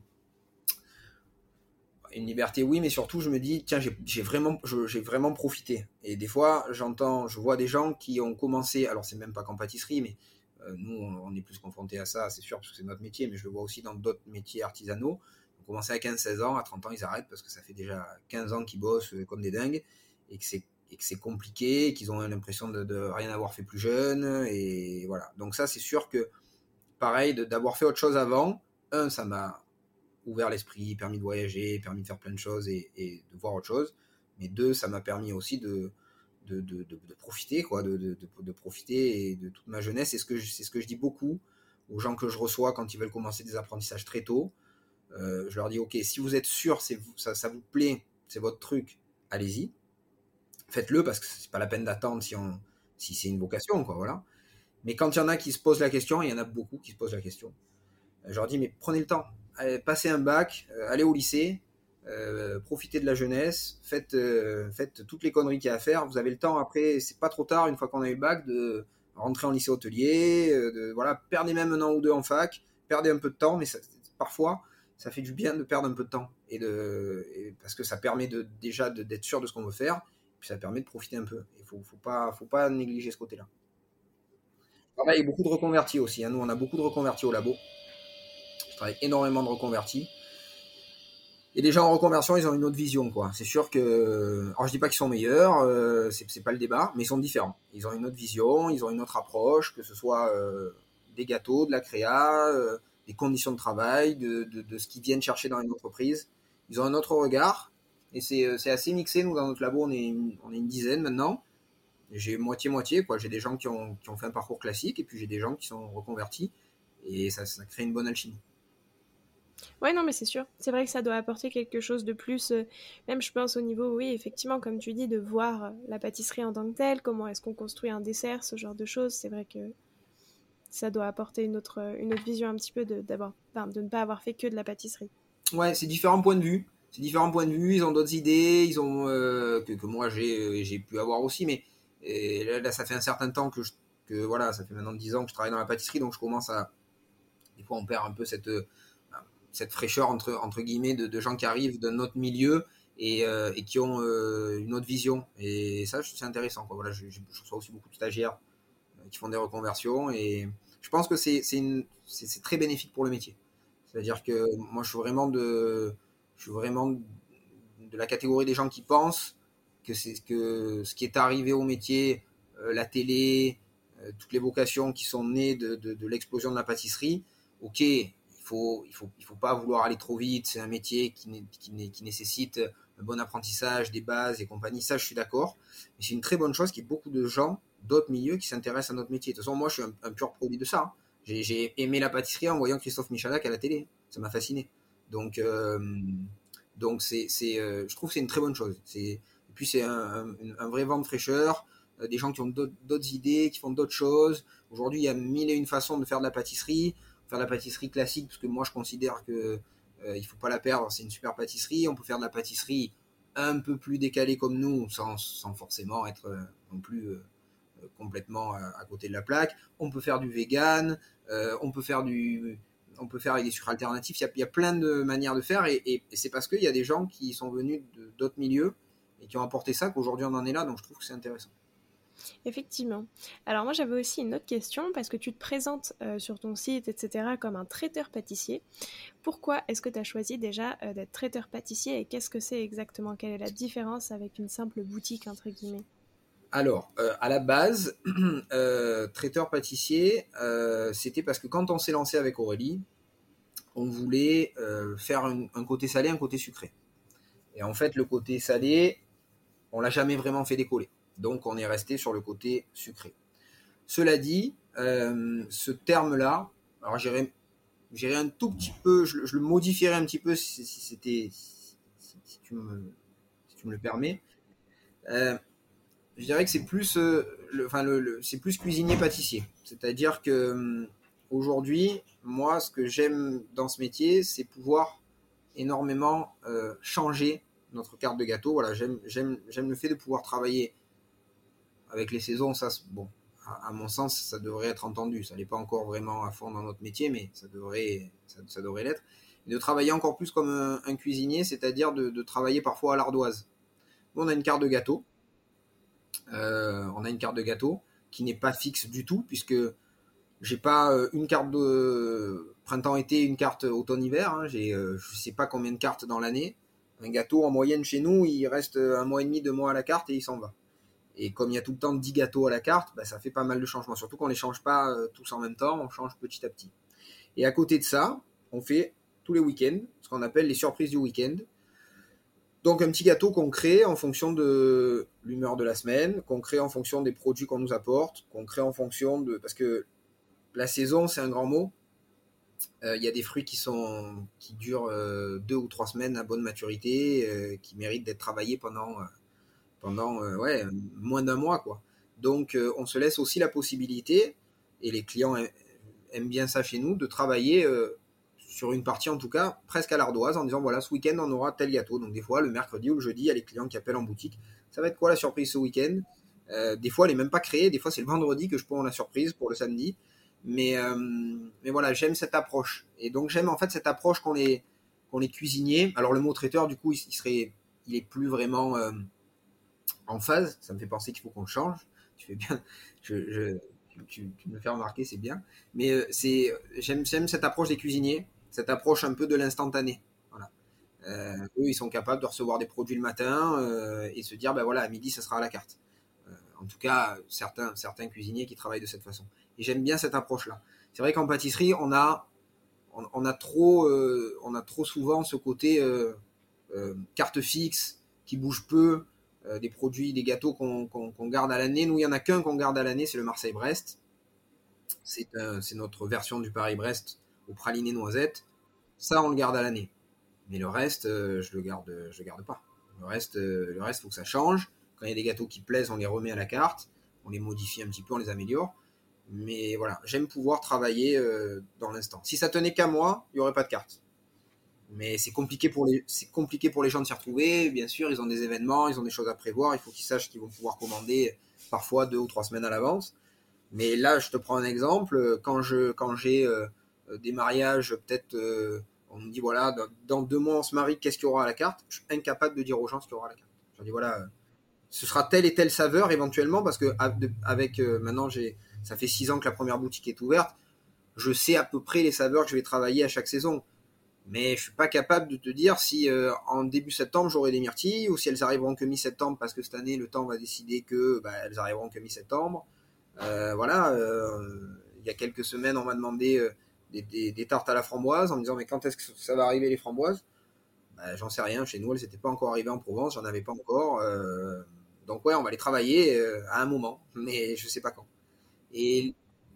liberté, oui, mais surtout je me dis, tiens, j'ai vraiment profité. Et des fois, je vois des gens qui ont commencé, alors c'est même pas qu'en pâtisserie, mais nous, on est plus confrontés à ça, c'est sûr, parce que c'est notre métier, mais je le vois aussi dans d'autres métiers artisanaux. On commence à 15-16 ans, à 30 ans, ils arrêtent parce que ça fait déjà 15 ans qu'ils bossent comme des dingues, et que c'est compliqué, qu'ils ont l'impression de rien avoir fait plus jeune, et voilà. Donc ça, c'est sûr que, pareil, d'avoir fait autre chose avant, ça m'a ouvert l'esprit, permis de voyager, permis de faire plein de choses et de voir autre chose. Mais deux, ça m'a permis aussi de profiter, quoi, de profiter de toute ma jeunesse. C'est ce que je dis beaucoup aux gens que je reçois quand ils veulent commencer des apprentissages très tôt. Je leur dis, ok, si vous êtes sûr, ça vous plaît, c'est votre truc, allez-y. Faites-le, parce que c'est pas la peine d'attendre si c'est une vocation, quoi, voilà. Mais quand il y en a qui se posent la question, il y en a beaucoup qui se posent la question, je leur dis, mais prenez le temps. Allez, passez un bac, allez au lycée, profitez de la jeunesse, faites toutes les conneries qu'il y a à faire. Vous avez le temps après, c'est pas trop tard, une fois qu'on a eu le bac, de rentrer en lycée hôtelier, voilà, perdez même un an ou deux en fac, perdez un peu de temps, mais parfois, ça fait du bien de perdre un peu de temps. Parce que ça permet déjà d'être sûr de ce qu'on veut faire, puis ça permet de profiter un peu. Il faut pas négliger ce côté-là. Pareil, il y a beaucoup de reconvertis aussi, hein. Nous, on a beaucoup de reconvertis au labo. Je travaille énormément de reconvertis. Et les gens en reconversion, ils ont une autre vision, quoi. C'est sûr que, alors je dis pas qu'ils sont meilleurs, c'est pas le débat, mais ils sont différents. Ils ont une autre vision, ils ont une autre approche, que ce soit des gâteaux, de la créa, des conditions de travail, de ce qu'ils viennent chercher dans une entreprise. Ils ont un autre regard, et c'est assez mixé. Nous, dans notre labo, on est une dizaine maintenant, j'ai moitié-moitié, quoi. J'ai des gens qui ont fait un parcours classique et puis j'ai des gens qui sont reconvertis et ça crée une bonne alchimie. Ouais, non, mais c'est sûr. C'est vrai que ça doit apporter quelque chose de plus, même je pense au niveau, oui, effectivement, comme tu dis, de voir la pâtisserie en tant que telle, comment est-ce qu'on construit un dessert, ce genre de choses. C'est vrai que ça doit apporter une autre vision un petit peu de ne pas avoir fait que de la pâtisserie. Ouais, c'est différents points de vue. C'est différents points de vue, ils ont d'autres idées, ils ont que moi j'ai pu avoir aussi, mais là, ça fait un certain temps que voilà, ça fait maintenant 10 ans que je travaille dans la pâtisserie, donc je commence à des fois on perd un peu cette fraîcheur entre guillemets de gens qui arrivent d'un autre milieu et qui ont une autre vision. Et ça, c'est intéressant, quoi. Voilà, je reçois aussi beaucoup de stagiaires qui font des reconversions et je pense que c'est très bénéfique pour le métier. C'est-à-dire que moi, je suis vraiment de la catégorie des gens qui pensent que ce qui est arrivé au métier, la télé, toutes les vocations qui sont nées de l'explosion de la pâtisserie. Ok, il faut pas vouloir aller trop vite. C'est un métier qui nécessite un bon apprentissage, des bases et compagnie. Ça, je suis d'accord. Mais c'est une très bonne chose qu'il y ait beaucoup de gens d'autres milieux qui s'intéressent à notre métier. De toute façon, moi, je suis un pur produit de ça. J'ai aimé la pâtisserie en voyant Christophe Michalak à la télé. Ça m'a fasciné. Donc, je trouve que c'est une très bonne chose. Et puis, c'est un vrai vent de fraîcheur. Des gens qui ont d'autres idées, qui font d'autres choses. Aujourd'hui, il y a mille et une façons de faire de la pâtisserie. Faire de la pâtisserie classique, parce que moi, je considère que il faut pas la perdre. C'est une super pâtisserie. On peut faire de la pâtisserie un peu plus décalée comme nous, sans forcément être non plus complètement à côté de la plaque. On peut faire du vegan, on peut faire avec des sucres alternatifs. Il y a plein de manières de faire et c'est parce qu'il y a des gens qui sont venus d'autres milieux et qui ont apporté ça qu'aujourd'hui on en est là. Donc je trouve que c'est intéressant. Effectivement. Alors moi j'avais aussi une autre question parce que tu te présentes sur ton site, etc. comme un traiteur pâtissier. Pourquoi est-ce que tu as choisi déjà d'être traiteur pâtissier et qu'est-ce que c'est exactement? Quelle est la différence avec une simple boutique entre guillemets? Alors, à la base, traiteur pâtissier, c'était parce que quand on s'est lancé avec Aurélie, on voulait faire un côté salé, un côté sucré. Et en fait, le côté salé, on l'a jamais vraiment fait décoller. Donc, on est resté sur le côté sucré. Cela dit, ce terme-là, alors j'irais un tout petit peu, je le modifierais un petit peu si tu me le permets. Je dirais que c'est plus, c'est plus cuisinier pâtissier. C'est-à-dire que aujourd'hui, moi, ce que j'aime dans ce métier, c'est pouvoir énormément changer notre carte de gâteau. Voilà, j'aime le fait de pouvoir travailler avec les saisons. Ça, bon, à mon sens, ça devrait être entendu. Ça n'est pas encore vraiment à fond dans notre métier, mais ça devrait l'être. Et de travailler encore plus comme un cuisinier, c'est-à-dire de travailler parfois à l'ardoise. Nous, on a une carte de gâteau. On a une carte de gâteau qui n'est pas fixe du tout, puisque j'ai pas une carte de printemps-été, une carte automne-hiver. Hein. Je sais pas combien de cartes dans l'année. Un gâteau, en moyenne, chez nous, il reste un mois et demi, 2 mois à la carte et il s'en va. Et comme il y a tout le temps 10 gâteaux à la carte, bah, ça fait pas mal de changements. Surtout qu'on ne les change pas tous en même temps, on change petit à petit. Et à côté de ça, on fait tous les week-ends, ce qu'on appelle les surprises du week-end. Donc un petit gâteau qu'on crée en fonction de l'humeur de la semaine, qu'on crée en fonction des produits qu'on nous apporte, qu'on crée en fonction de... Parce que la saison, c'est un grand mot. Il y a des fruits qui durent 2 ou 3 semaines à bonne maturité, qui méritent d'être travaillés pendant moins d'un mois, quoi. Donc on se laisse aussi la possibilité, et les clients aiment bien ça chez nous, de travailler sur une partie en tout cas presque à l'ardoise en disant voilà, ce week-end on aura tel gâteau. Donc des fois le mercredi ou le jeudi, il y a les clients qui appellent en boutique, ça va être quoi la surprise ce week-end? Des fois elle n'est même pas créée, des fois c'est le vendredi que je prends la surprise pour le samedi. Mais voilà, j'aime cette approche. Et donc j'aime en fait cette approche qu'on est cuisiniers. Alors le mot traiteur, du coup, il est plus vraiment en phase. Ça me fait penser qu'il faut qu'on le change. Tu fais bien. Tu me fais remarquer, c'est bien. Mais j'aime cette approche des cuisiniers, cette approche un peu de l'instantané. Voilà. Eux, ils sont capables de recevoir des produits le matin et se dire, ben voilà, à midi, ça sera à la carte. En tout cas, certains cuisiniers qui travaillent de cette façon. Et j'aime bien cette approche-là. C'est vrai qu'en pâtisserie, on a trop souvent ce côté carte fixe qui bouge peu, des produits, des gâteaux qu'on garde à l'année. Nous, il n'y en a qu'un qu'on garde à l'année, c'est le Marseille-Brest. C'est notre version du Paris-Brest au praliné noisette. Ça, on le garde à l'année. Mais le reste, je le garde pas. Le reste, faut que ça change. Quand il y a des gâteaux qui plaisent, on les remet à la carte. On les modifie un petit peu, on les améliore. Mais voilà, j'aime pouvoir travailler dans l'instant. Si ça tenait qu'à moi, il n'y aurait pas de carte. Mais c'est compliqué pour les gens de s'y retrouver. Bien sûr, ils ont des événements, ils ont des choses à prévoir. Il faut qu'ils sachent qu'ils vont pouvoir commander parfois 2 ou 3 semaines à l'avance. Mais là, je te prends un exemple. Quand j'ai des mariages, peut-être, on me dit voilà, dans 2 mois on se marie, qu'est-ce qu'il y aura à la carte? Je suis incapable de dire aux gens ce qu'il y aura à la carte. Je dis voilà, ce sera telle et telle saveur éventuellement, parce que avec maintenant ça fait 6 ans que la première boutique est ouverte. Je sais à peu près les saveurs que je vais travailler à chaque saison. Mais je suis pas capable de te dire si en début septembre j'aurai des myrtilles ou si elles arriveront que mi-septembre, parce que cette année le temps va décider que elles arriveront que mi-septembre. Voilà, il y a quelques semaines on m'a demandé des tartes à la framboise en me disant mais quand est-ce que ça va arriver les framboises? J'en sais rien, chez nous elles n'étaient pas encore arrivées en Provence, j'en avais pas encore. Donc ouais, on va les travailler à un moment, mais je sais pas quand. Et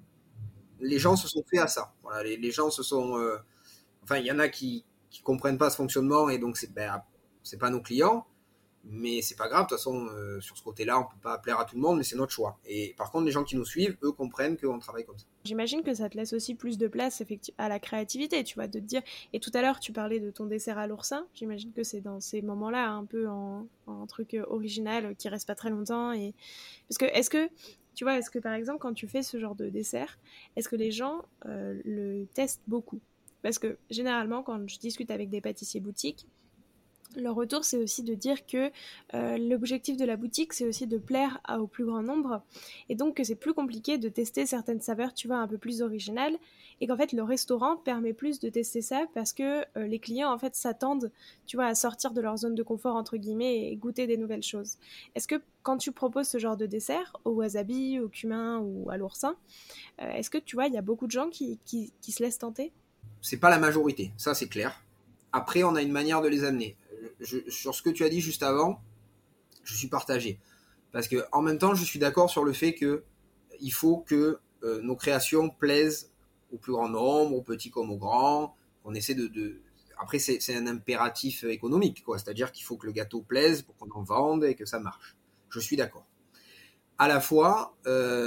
les gens se sont fait à ça. Voilà, les gens se sont enfin, il y en a qui comprennent pas ce fonctionnement et donc c'est pas nos clients, mais c'est pas grave. De toute façon, sur ce côté-là, on peut pas plaire à tout le monde, mais c'est notre choix. Et par contre, les gens qui nous suivent, eux, comprennent qu'on travaille comme ça. J'imagine que ça te laisse aussi plus de place à la créativité, tu vois, de te dire. Et tout à l'heure, tu parlais de ton dessert à l'oursin. J'imagine que c'est dans ces moments-là un peu en truc original qui reste pas très longtemps. Et parce que est-ce que par exemple, quand tu fais ce genre de dessert, est-ce que les gens le testent beaucoup? Parce que généralement, quand je discute avec des pâtissiers boutiques, leur retour, c'est aussi de dire que l'objectif de la boutique, c'est aussi de plaire au plus grand nombre, et donc que c'est plus compliqué de tester certaines saveurs, tu vois, un peu plus originales, et qu'en fait, le restaurant permet plus de tester ça parce que les clients, en fait, s'attendent, tu vois, à sortir de leur zone de confort, entre guillemets, et goûter des nouvelles choses. Est-ce que quand tu proposes ce genre de dessert, au wasabi, au cumin ou à l'oursin, est-ce que, tu vois, il y a beaucoup de gens qui se laissent tenter? C'est pas la majorité, ça c'est clair. Après, on a une manière de les amener. Sur ce que tu as dit juste avant, je suis partagé. Parce que en même temps, je suis d'accord sur le fait que il faut que nos créations plaisent au plus grand nombre, aux petits comme aux grands. On essaie Après, c'est un impératif économique, quoi. C'est-à-dire qu'il faut que le gâteau plaise pour qu'on en vende et que ça marche. Je suis d'accord. À la fois,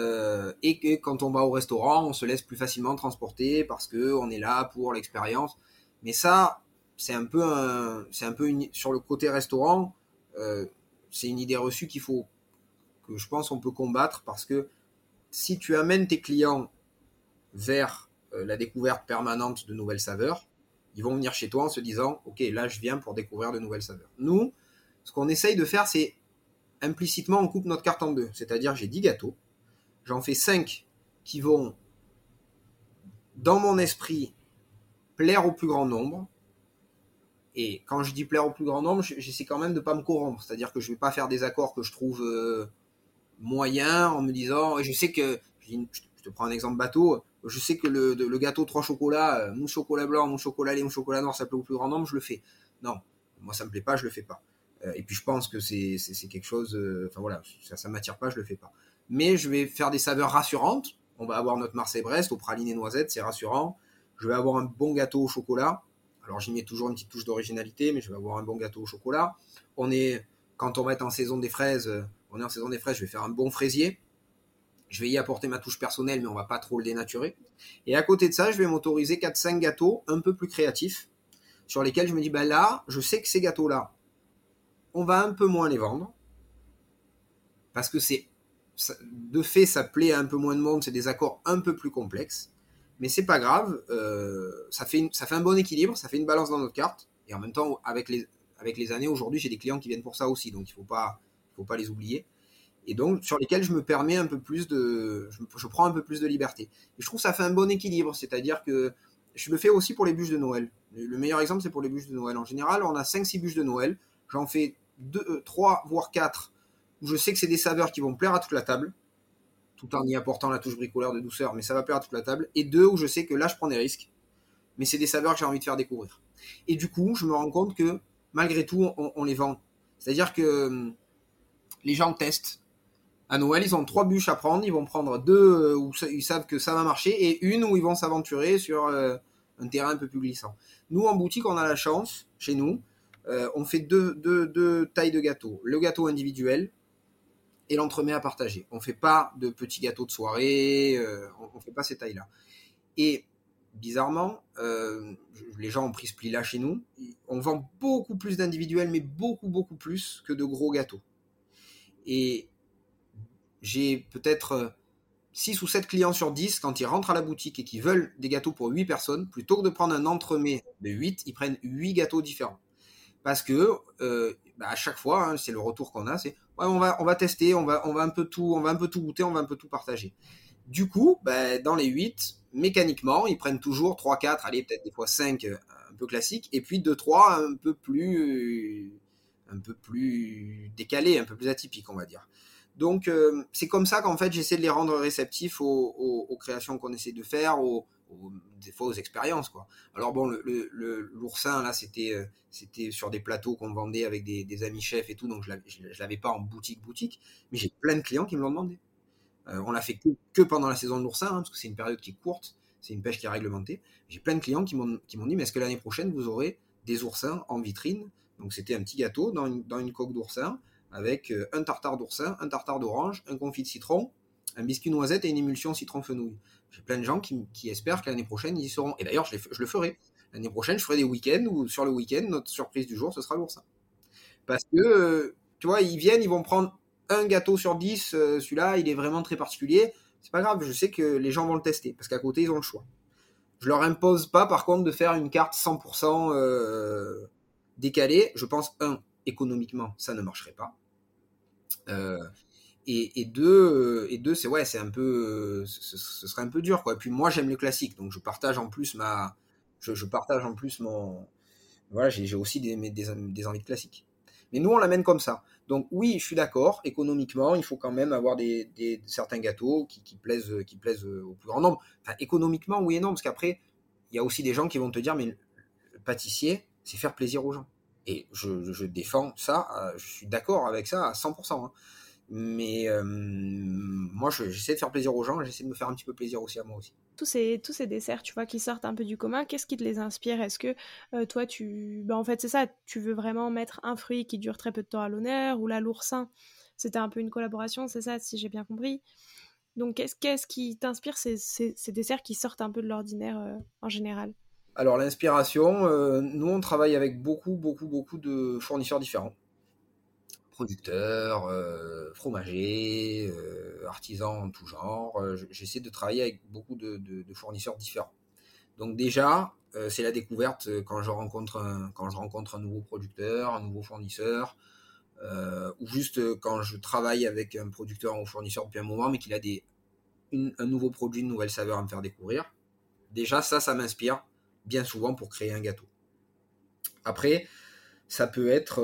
et que quand on va au restaurant, on se laisse plus facilement transporter parce que on est là pour l'expérience. Mais ça, c'est un peu sur le côté restaurant, c'est une idée reçue que je pense on peut combattre, parce que si tu amènes tes clients vers la découverte permanente de nouvelles saveurs, ils vont venir chez toi en se disant ok, là je viens pour découvrir de nouvelles saveurs. Nous, ce qu'on essaye de faire, c'est implicitement on coupe notre carte en deux, c'est-à-dire j'ai 10 gâteaux, j'en fais 5 qui vont dans mon esprit plaire au plus grand nombre. Et quand je dis plaire au plus grand nombre, j'essaie quand même de ne pas me corrompre. C'est-à-dire que je ne vais pas faire des accords que je trouve moyens en me disant... Je sais que... Je te prends un exemple bateau. Je sais que le gâteau 3 chocolats, mousse chocolat blanc, mousse chocolat lait, mousse chocolat noir, ça plaît au plus grand nombre, je le fais. Non, moi ça me plaît pas, je le fais pas. Et puis je pense que c'est quelque chose... Enfin voilà, ça m'attire pas, je le fais pas. Mais je vais faire des saveurs rassurantes. On va avoir notre Marseille-Brest au praliné noisette, c'est rassurant. Je vais avoir un bon gâteau au chocolat. Alors j'y mets toujours une petite touche d'originalité, mais je vais avoir un bon gâteau au chocolat. Quand on va être en saison des fraises, on est en saison des fraises, je vais faire un bon fraisier. Je vais y apporter ma touche personnelle, mais on va pas trop le dénaturer. Et à côté de ça, je vais m'autoriser 4-5 gâteaux un peu plus créatifs, sur lesquels je me dis, là, je sais que ces gâteaux-là, on va un peu moins les vendre, parce que de fait, ça plaît à un peu moins de monde, c'est des accords un peu plus complexes. Mais c'est pas grave, ça fait un bon équilibre, ça fait une balance dans notre carte. Et en même temps, avec les années, aujourd'hui, j'ai des clients qui viennent pour ça aussi, donc il faut pas les oublier. Et donc, sur lesquels je me permets un peu plus je prends un peu plus de liberté. Et je trouve que ça fait un bon équilibre, c'est-à-dire que je le fais aussi pour les bûches de Noël. Le meilleur exemple, c'est pour les bûches de Noël. En général, on a 5-6 bûches de Noël. J'en fais 3, voire 4, où je sais que c'est des saveurs qui vont plaire à toute la table, tout en y apportant la touche bricoleur de douceur, mais ça va plaire à toute la table. Et 2 où je sais que là, je prends des risques, mais c'est des saveurs que j'ai envie de faire découvrir. Et du coup, je me rends compte que, malgré tout, on les vend. C'est-à-dire que les gens testent. À Noël, ils ont 3 bûches à prendre. Ils vont prendre 2 où ils savent que ça va marcher et une où ils vont s'aventurer sur un terrain un peu plus glissant. Nous, en boutique, on a la chance, chez nous, on fait deux tailles de gâteaux. Le gâteau individuel et l'entremet à partager. On ne fait pas de petits gâteaux de soirée, on ne fait pas ces tailles-là. Et bizarrement, les gens ont pris ce pli-là chez nous. On vend beaucoup plus d'individuels, mais beaucoup, beaucoup plus que de gros gâteaux. Et j'ai peut-être 6 ou 7 clients sur 10, quand ils rentrent à la boutique et qu'ils veulent des gâteaux pour 8 personnes, plutôt que de prendre un entremets de 8, ils prennent 8 gâteaux différents. Parce que à chaque fois, c'est le retour qu'on a, c'est ouais, on va tester, on va un peu tout goûter, on va un peu tout partager. Du coup, dans les 8, mécaniquement, ils prennent toujours 3, 4, allez, peut-être des fois 5 un peu classiques, et puis 2, 3 un peu plus décalés, un peu plus atypiques, on va dire. Donc, c'est comme ça qu'en fait, j'essaie de les rendre réceptifs aux créations qu'on essaie de faire, des fois aux expériences, quoi. Alors bon, l'oursin, là, c'était sur des plateaux qu'on vendait avec des amis chefs et tout, donc je l'avais pas en boutique, mais j'ai plein de clients qui me l'ont demandé. On l'a fait que pendant la saison de l'oursin, parce que c'est une période qui est courte, c'est une pêche qui est réglementée. J'ai plein de clients qui m'ont dit, mais est-ce que l'année prochaine, vous aurez des oursins en vitrine? Donc c'était un petit gâteau dans une coque d'oursin, avec un tartare d'oursin, un tartare d'orange, un confit de citron, un biscuit noisette et une émulsion citron-fenouil. J'ai plein de gens qui espèrent que l'année prochaine, ils y seront. Et d'ailleurs, je le ferai. L'année prochaine, je ferai des week-ends où sur le week-end, notre surprise du jour, ce sera l'oursin. Parce que, tu vois, ils viennent, ils vont prendre un gâteau sur 10, celui-là, il est vraiment très particulier. C'est pas grave, je sais que les gens vont le tester, parce qu'à côté, ils ont le choix. Je leur impose pas, par contre, de faire une carte 100% décalée. Je pense, économiquement, ça ne marcherait pas. Et deux, c'est un peu, ce serait un peu dur, quoi. Et puis moi, j'aime le classique, donc je partage en plus je partage en plus voilà, j'ai aussi des envies de classique. Mais nous, on l'amène comme ça. Donc oui, je suis d'accord, économiquement, il faut quand même avoir certains gâteaux qui plaisent au plus grand nombre. Enfin, économiquement, oui et non, parce qu'après, il y a aussi des gens qui vont te dire, mais le pâtissier, c'est faire plaisir aux gens. Et je défends ça, je suis d'accord avec ça à 100%. Hein. Mais moi, j'essaie de faire plaisir aux gens, j'essaie de me faire un petit peu plaisir aussi à moi aussi. Tous ces desserts, tu vois, qui sortent un peu du commun, qu'est-ce qui te les inspire? Est-ce que toi, en fait, c'est ça, tu veux vraiment mettre un fruit qui dure très peu de temps à l'honneur, ou là, l'oursin, c'était un peu une collaboration, c'est ça, si j'ai bien compris. Donc, qu'est-ce qui t'inspire ces desserts qui sortent un peu de l'ordinaire en général? Alors, l'inspiration, nous, on travaille avec beaucoup, beaucoup, beaucoup de fournisseurs différents. Producteurs, fromagers, artisans en tout genre. J'essaie de travailler avec beaucoup de fournisseurs différents. Donc déjà, c'est la découverte quand je rencontre un nouveau producteur, un nouveau fournisseur, ou juste quand je travaille avec un producteur ou fournisseur depuis un moment, mais qu'il a un nouveau produit, une nouvelle saveur à me faire découvrir. Déjà, ça m'inspire bien souvent pour créer un gâteau. Après, ça peut être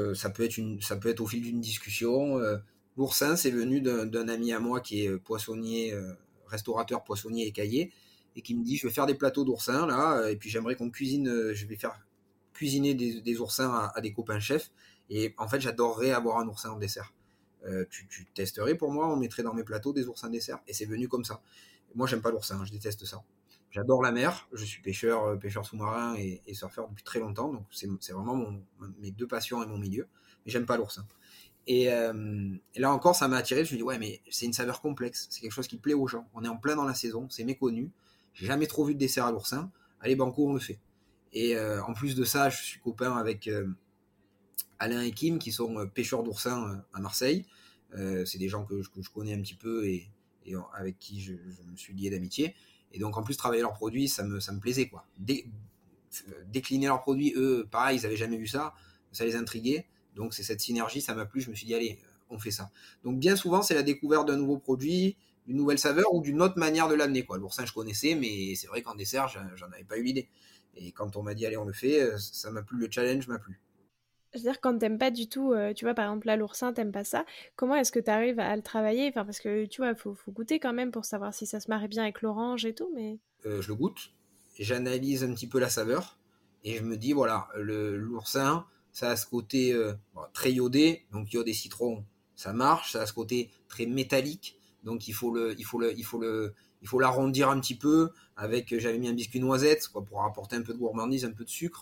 au fil d'une discussion. L'oursin, c'est venu d'un ami à moi qui est poissonnier, restaurateur poissonnier écaillé, et qui me dit, je vais faire des plateaux d'oursins là, et puis j'aimerais qu'on cuisine, je vais faire cuisiner des oursins à des copains chefs, et en fait j'adorerais avoir un oursin en dessert. Tu testerais pour moi, on mettrait dans mes plateaux des oursins dessert, et c'est venu comme ça. Moi j'aime pas l'oursin, je déteste ça. J'adore la mer, je suis pêcheur sous-marin et surfeur depuis très longtemps, donc c'est vraiment mes deux passions et mon milieu, mais j'aime pas l'oursin. Et là encore, ça m'a attiré, je me suis dit, ouais, mais c'est une saveur complexe, c'est quelque chose qui plaît aux gens, on est en plein dans la saison, c'est méconnu, j'ai jamais trop vu de dessert à l'oursin, allez banco, on le fait. Et en plus de ça, je suis copain avec Alain et Kim, qui sont pêcheurs d'oursins à Marseille, c'est des gens que je connais un petit peu et avec qui je me suis lié d'amitié. Et donc en plus travailler leurs produits, ça me plaisait quoi. Décliner leurs produits, eux, pareil, ils avaient jamais vu ça les intriguait. Donc c'est cette synergie, ça m'a plu, je me suis dit allez, on fait ça. Donc bien souvent c'est la découverte d'un nouveau produit, d'une nouvelle saveur ou d'une autre manière de l'amener quoi. L'oursin je connaissais, mais c'est vrai qu'en dessert j'en avais pas eu l'idée. Et quand on m'a dit allez on le fait, ça m'a plu, le challenge m'a plu. Je veux dire, quand t'aimes pas du tout, tu vois, par exemple, là, l'oursin, t'aimes pas ça, comment est-ce que t'arrives à le travailler? Enfin, parce que, tu vois, faut goûter quand même pour savoir si ça se marie bien avec l'orange et tout, mais... Je le goûte, j'analyse un petit peu la saveur, et je me dis, voilà, l'oursin, ça a ce côté très iodé, donc iodé citron, ça marche, ça a ce côté très métallique, donc il faut l'arrondir un petit peu avec, j'avais mis un biscuit noisette quoi, pour apporter un peu de gourmandise, un peu de sucre.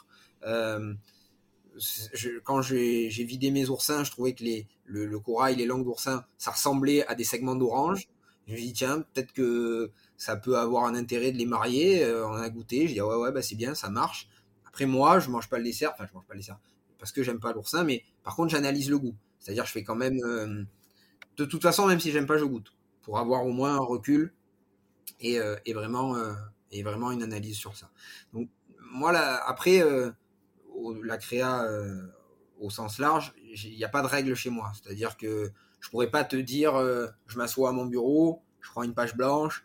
Quand j'ai vidé mes oursins, je trouvais que le corail, les langues d'oursin, ça ressemblait à des segments d'orange. Je me suis dit, tiens, peut-être que ça peut avoir un intérêt de les marier. On a goûté, j'ai dit, ouais, bah c'est bien, ça marche. Après, moi, je mange pas le dessert, parce que j'aime pas l'oursin, mais par contre, j'analyse le goût. C'est-à-dire, je fais quand même, de toute façon, même si j'aime pas, je goûte, pour avoir au moins un recul et, euh, et vraiment, euh, et vraiment une analyse sur ça. Donc, moi, là, après, la créa au sens large, il n'y a pas de règle chez moi. C'est-à-dire que je pourrais pas te dire, je m'assois à mon bureau, je prends une page blanche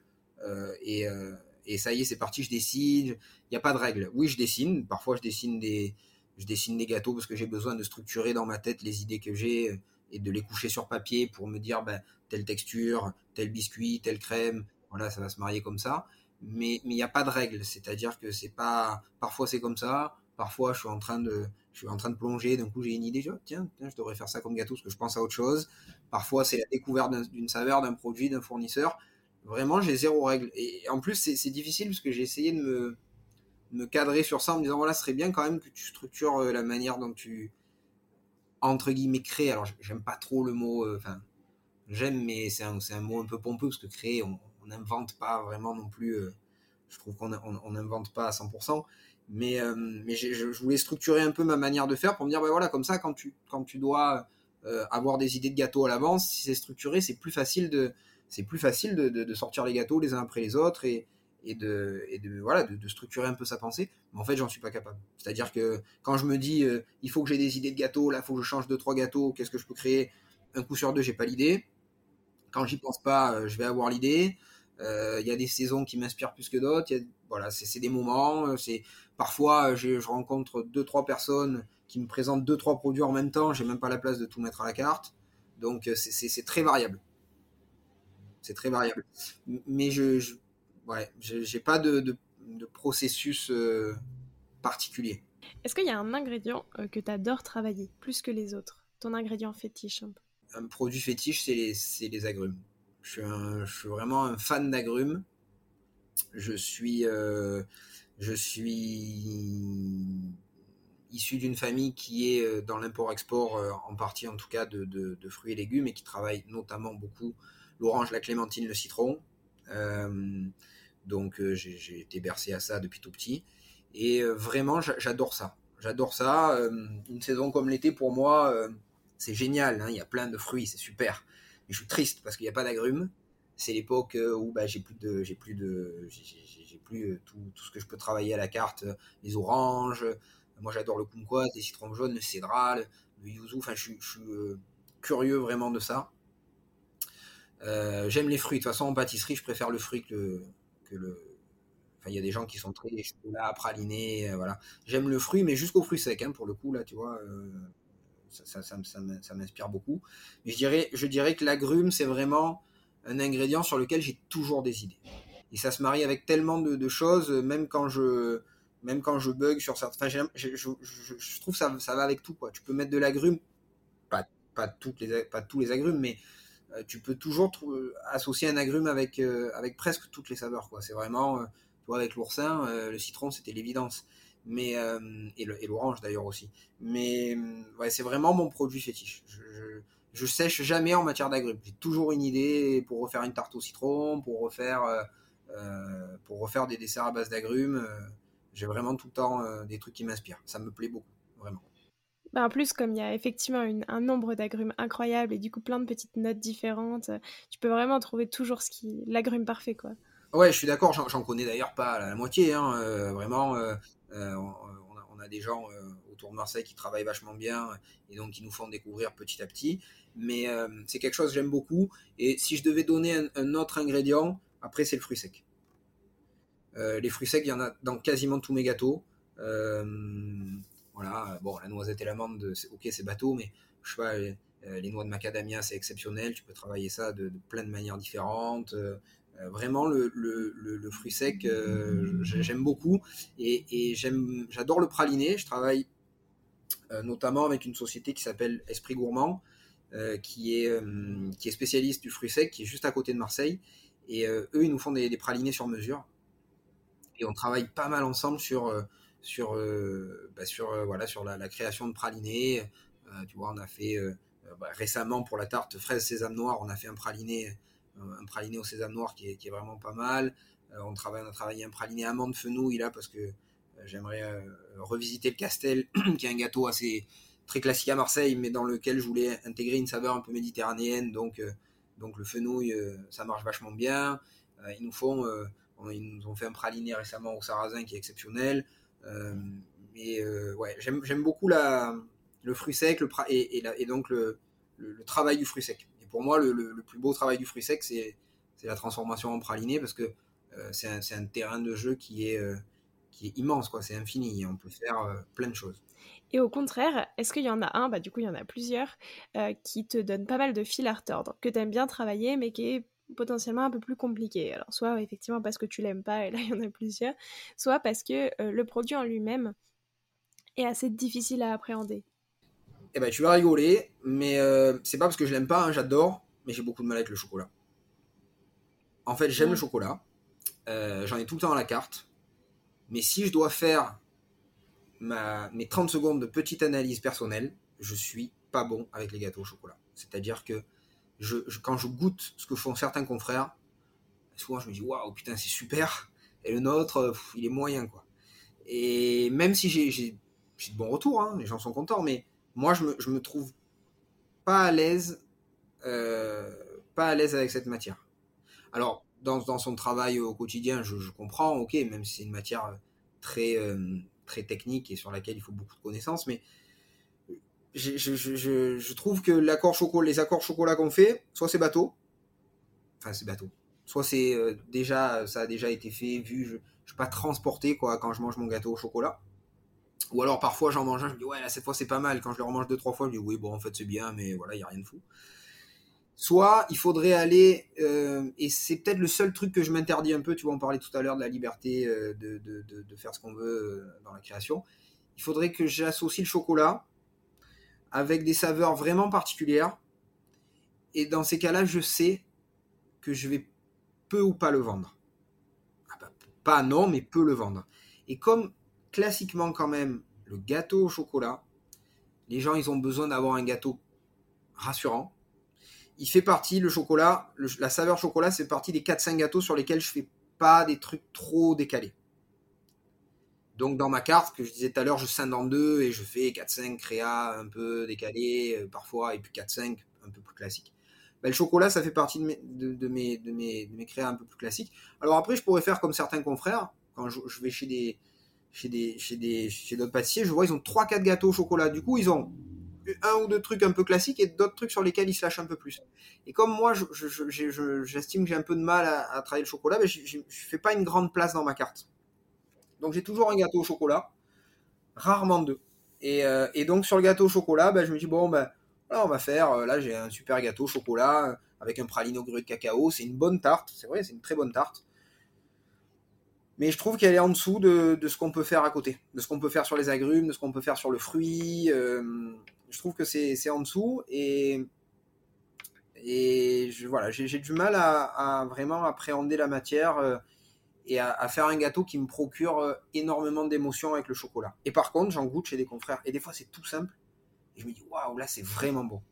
et ça y est, c'est parti, je dessine. Il n'y a pas de règle. Oui, je dessine. Parfois, je dessine des gâteaux parce que j'ai besoin de structurer dans ma tête les idées que j'ai et de les coucher sur papier pour me dire ben, telle texture, tel biscuit, telle crème. Voilà, ça va se marier comme ça. Mais il n'y a pas de règle. C'est-à-dire que c'est pas. Parfois, c'est comme ça. Parfois, je suis en train de plonger, d'un coup j'ai une idée, tiens, je devrais faire ça comme gâteau parce que je pense à autre chose. Parfois, c'est la découverte d'une saveur, d'un produit, d'un fournisseur. Vraiment, j'ai zéro règle. Et en plus, c'est difficile parce que j'ai essayé de me cadrer sur ça en me disant, voilà, ce serait bien quand même que tu structures la manière dont tu, entre guillemets, crées. Alors, j'aime pas trop le mot, j'aime, mais c'est un mot un peu pompeux parce que créer, on n'invente pas vraiment non plus. Je trouve qu'on n'invente pas à 100%. Mais je voulais structurer un peu ma manière de faire pour me dire, ben voilà, comme ça, quand tu dois avoir des idées de gâteaux à l'avance, si c'est structuré, c'est plus facile de sortir les gâteaux les uns après les autres voilà, de structurer un peu sa pensée. Mais en fait, j'en suis pas capable. C'est-à-dire que quand je me dis, il faut que j'ai des idées de gâteaux, là, il faut que je change 2-3 gâteaux, qu'est-ce que je peux créer? Un coup sur deux, j'ai pas l'idée. Quand j'y pense pas, je vais avoir l'idée. Il y a des saisons qui m'inspirent plus que d'autres. Voilà, c'est des moments. Parfois, je rencontre 2-3 personnes qui me présentent 2-3 produits en même temps. J'ai même pas la place de tout mettre à la carte. Donc c'est très variable. C'est très variable. Mais ouais, j'ai pas de processus particulier. Est-ce qu'il y a un ingrédient que tu adores travailler plus que les autres? Ton ingrédient fétiche un peu. Un produit fétiche, c'est les agrumes. Je suis vraiment un fan d'agrumes. Je suis, euh, je suis issu d'une famille qui est dans l'import-export, en partie en tout cas, de fruits et légumes et qui travaille notamment beaucoup l'orange, la clémentine, le citron. Euh, donc j'ai été bercé à ça depuis tout petit. Et vraiment, j'adore ça. J'adore ça. Une saison comme l'été, pour moi, c'est génial. Hein, il y a plein de fruits, c'est super. Mais je suis triste parce qu'il n'y a pas d'agrumes. C'est l'époque où bah, j'ai plus tout ce que je peux travailler à la carte. Les oranges. Moi, j'adore le kumquat, les citrons jaunes, le cédral, le yuzu. Enfin, je suis curieux vraiment de ça. J'aime les fruits. De toute façon, en pâtisserie, je préfère le fruit que le. Enfin, il y a des gens qui sont très chocolat, praliné, voilà. J'aime le fruit, mais jusqu'au fruit sec, hein, pour le coup, là, tu vois, ça m'inspire beaucoup. Mais je dirais que l'agrume, c'est vraiment un ingrédient sur lequel j'ai toujours des idées. Et ça se marie avec tellement de choses, même quand je bug sur certains. Enfin, je trouve que ça va avec tout, quoi. Tu peux mettre de l'agrume, pas, pas tous les agrumes, mais tu peux toujours associer un agrume avec presque toutes les saveurs, quoi. C'est vraiment, tu vois, avec l'oursin, le citron, c'était l'évidence. Mais, et l'orange d'ailleurs aussi. Mais ouais, c'est vraiment mon produit fétiche. Je sèche jamais en matière d'agrumes. J'ai toujours une idée pour refaire une tarte au citron, pour refaire des desserts à base d'agrumes. J'ai vraiment tout le temps des trucs qui m'inspirent. Ça me plaît beaucoup, vraiment. Bah en plus, comme il y a effectivement un nombre d'agrumes incroyable et du coup plein de petites notes différentes, tu peux vraiment trouver toujours l'agrume parfait, quoi. Ouais, je suis d'accord, j'en connais d'ailleurs pas la moitié, hein, vraiment, on a des gens autour de Marseille qui travaillent vachement bien et donc qui nous font découvrir petit à petit. Mais c'est quelque chose que j'aime beaucoup. Et si je devais donner un autre ingrédient, après c'est le fruit sec. Les fruits secs, il y en a dans quasiment tous mes gâteaux. Euh, voilà, bon, la noisette et l'amande, ok, c'est bateau, mais je sais pas, les noix de macadamia, c'est exceptionnel. Tu peux travailler ça de plein de manières différentes. Vraiment, le fruit sec, j'aime beaucoup. Et j'adore le praliné. Je travaille notamment avec une société qui s'appelle Esprit Gourmand, qui est spécialiste du fruit sec, qui est juste à côté de Marseille. Et eux, ils nous font des pralinés sur mesure. Et on travaille pas mal ensemble sur la création de pralinés. Tu vois, on a fait récemment pour la tarte fraise sésame noir, on a fait un praliné au sésame noir qui est vraiment pas mal. On a travaillé un praliné amande fenouil là parce que j'aimerais revisiter le Castel, qui est un gâteau assez très classique à Marseille, mais dans lequel je voulais intégrer une saveur un peu méditerranéenne. Donc le fenouil, ça marche vachement bien. Ils nous ont fait un praliné récemment au sarrasin qui est exceptionnel. J'aime beaucoup le fruit sec et donc le travail du fruit sec. Et pour moi, le plus beau travail du fruit sec, c'est la transformation en praliné parce que c'est un terrain de jeu qui est immense, quoi. C'est infini. On peut faire plein de choses. Et au contraire, est-ce qu'il y en a un, du coup il y en a plusieurs, qui te donne pas mal de fil à retordre, que tu aimes bien travailler mais qui est potentiellement un peu plus compliqué. Alors soit effectivement parce que tu l'aimes pas, et là il y en a plusieurs, soit parce que le produit en lui-même est assez difficile à appréhender. Eh ben, tu vas rigoler, mais c'est pas parce que je l'aime pas, hein, j'adore, mais j'ai beaucoup de mal avec le chocolat. En fait, j'aime le chocolat, j'en ai tout le temps à la carte, mais si je dois faire mes 30 secondes de petite analyse personnelle, je suis pas bon avec les gâteaux au chocolat. C'est-à-dire que quand je goûte ce que font certains confrères, souvent je me dis waouh, putain, c'est super, et le nôtre, il est moyen, quoi. Et même si j'ai de bons retours, hein, les gens sont contents, mais moi je me trouve pas à l'aise, pas à l'aise avec cette matière. Alors dans son travail au quotidien, je comprends, ok, même si c'est une matière très très technique et sur laquelle il faut beaucoup de connaissances, mais je trouve que les accords chocolat qu'on fait, soit c'est bateau, soit c'est ça a déjà été fait, vu, je suis pas transporté, quoi, quand je mange mon gâteau au chocolat. Ou alors parfois j'en mange un, je me dis ouais, là cette fois c'est pas mal. Quand je le remange 2-3 fois, je me dis oui, bon, en fait c'est bien, mais voilà, il n'y a rien de fou. Soit il faudrait aller, et c'est peut-être le seul truc que je m'interdis un peu, tu vois, on parlait tout à l'heure de la liberté de faire ce qu'on veut dans la création. Il faudrait que j'associe le chocolat avec des saveurs vraiment particulières. Et dans ces cas-là, je sais que je vais peu ou pas le vendre. Pas non, mais peu le vendre. Et comme classiquement quand même, le gâteau au chocolat, les gens ils ont besoin d'avoir un gâteau rassurant. Il fait partie, le chocolat, la saveur chocolat, c'est partie des 4-5 gâteaux sur lesquels je fais pas des trucs trop décalés. Donc dans ma carte, que je disais tout à l'heure, je scinde en deux et je fais 4-5 créa un peu décalés parfois, et puis 4-5 un peu plus classiques. Ben, le chocolat, ça fait partie de mes créas un peu plus classiques. Alors après, je pourrais faire comme certains confrères, quand je vais chez d'autres pâtissiers, je vois ils ont 3-4 gâteaux au chocolat. Du coup, ils ont un ou deux trucs un peu classiques et d'autres trucs sur lesquels ils se lâchent un peu plus. Et comme moi, j'estime que j'ai un peu de mal à travailler le chocolat, ben, je fais pas une grande place dans ma carte. Donc j'ai toujours un gâteau au chocolat, rarement deux. Et donc sur le gâteau au chocolat, ben, je me dis bon, ben voilà, on va faire, là j'ai un super gâteau au chocolat avec un pralino gruyère de cacao, c'est une bonne tarte, c'est vrai, c'est une très bonne tarte. Mais je trouve qu'elle est en dessous de ce qu'on peut faire à côté, de ce qu'on peut faire sur les agrumes, de ce qu'on peut faire sur le fruit. Je trouve que c'est en dessous voilà, j'ai du mal à vraiment appréhender la matière et à faire un gâteau qui me procure énormément d'émotions avec le chocolat. Et par contre, j'en goûte chez des confrères. Et des fois, c'est tout simple. Et je me dis, waouh, là, c'est vraiment bon.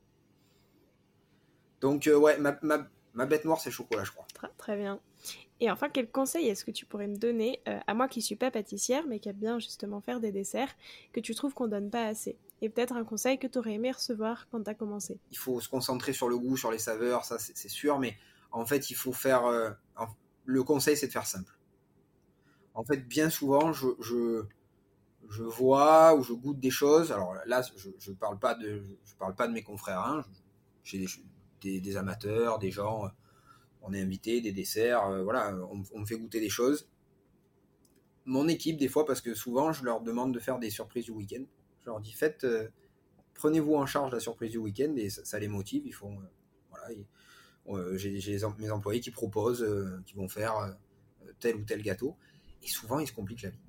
Donc, ouais, ma bête noire, c'est le chocolat, je crois. Très, très bien. Et enfin, quel conseil est-ce que tu pourrais me donner, à moi qui suis pas pâtissière, mais qui aime bien justement faire des desserts, que tu trouves qu'on donne pas assez? Et peut-être un conseil que tu aurais aimé recevoir quand tu as commencé. Il faut se concentrer sur le goût, sur les saveurs, ça c'est sûr, mais en fait, il faut faire... le conseil, c'est de faire simple. En fait, bien souvent, je vois ou je goûte des choses. Alors là, je parle pas de mes confrères. Hein. J'ai des amateurs, des gens, on est invités, des desserts. Voilà, on me fait goûter des choses. Mon équipe, des fois, parce que souvent, je leur demande de faire des surprises du week-end. Je leur dis, prenez-vous en charge la surprise du week-end et ça les motive. Ils font, voilà, j'ai mes employés qui proposent, qui vont faire tel ou tel gâteau. Et souvent, ils se compliquent la vie.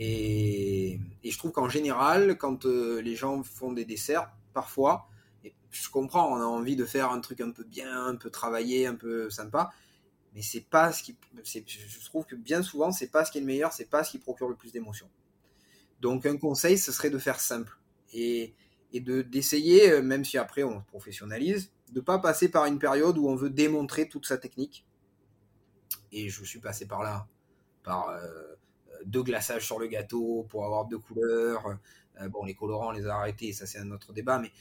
Et je trouve qu'en général, quand les gens font des desserts, parfois, et je comprends, on a envie de faire un truc un peu bien, un peu travaillé, un peu sympa, mais c'est pas ce qui, je trouve que bien souvent, c'est pas ce qui est le meilleur, c'est pas ce qui procure le plus d'émotion. Donc un conseil, ce serait de faire simple et d'essayer, même si après on se professionnalise, de pas passer par une période où on veut démontrer toute sa technique. Et je suis passé par là, par 2 glaçages sur le gâteau pour avoir 2 couleurs. Bon, les colorants, on les a arrêtés, ça c'est un autre débat, mais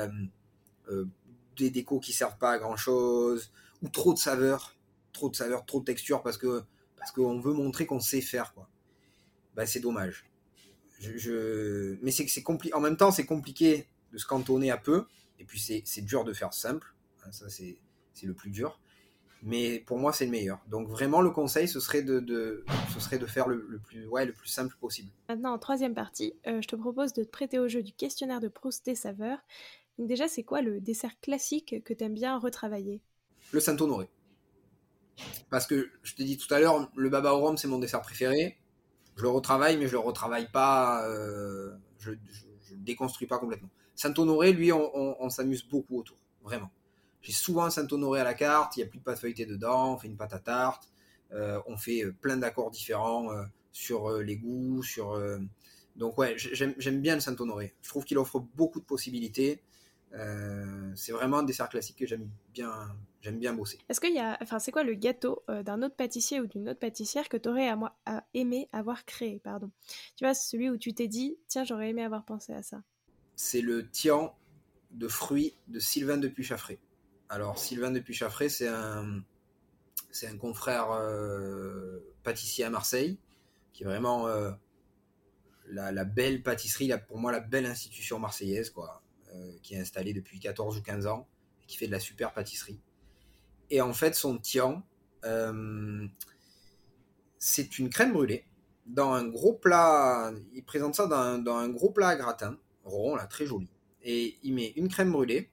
des décos qui servent pas à grand chose, ou trop de saveurs, trop de texture, parce qu'on veut montrer qu'on sait faire, quoi. Ben, c'est dommage. Mais c'est compliqué. En même temps, c'est compliqué de se cantonner à peu, et puis c'est dur de faire simple. Ça, c'est le plus dur. Mais pour moi, c'est le meilleur. Donc vraiment, le conseil, ce serait de faire le plus simple possible. Maintenant, en troisième partie, je te propose de te prêter au jeu du questionnaire de Proust des saveurs. Donc déjà, c'est quoi le dessert classique que tu aimes bien retravailler? Le Saint-Honoré. Parce que, je t'ai dit tout à l'heure, le baba au rhum, c'est mon dessert préféré. Je le retravaille, mais je le retravaille pas... je déconstruis pas complètement. Saint-Honoré, lui, on s'amuse beaucoup autour. Vraiment. J'ai souvent un Saint-Honoré à la carte, il n'y a plus de pâte feuilletée dedans, on fait une pâte à tarte, on fait plein d'accords différents sur les goûts, donc ouais, j'aime bien le Saint-Honoré. Je trouve qu'il offre beaucoup de possibilités. C'est vraiment un dessert classique que j'aime bien bosser. Est-ce qu'il y a, enfin, c'est quoi le gâteau d'un autre pâtissier ou d'une autre pâtissière que tu aurais aimé avoir créé, pardon. Tu vois, celui où tu t'es dit, tiens, j'aurais aimé avoir pensé à ça. C'est le tian de fruits de Sylvain de Puchaffré. Alors, Sylvain de Puchaffré, c'est un confrère pâtissier à Marseille, qui est vraiment la belle pâtisserie, pour moi la belle institution marseillaise, quoi, qui est installée depuis 14 ou 15 ans, et qui fait de la super pâtisserie. Et en fait, son tian, c'est une crème brûlée, dans un gros plat, il présente ça dans un gros plat à gratin, rond, là, très joli. Et il met une crème brûlée,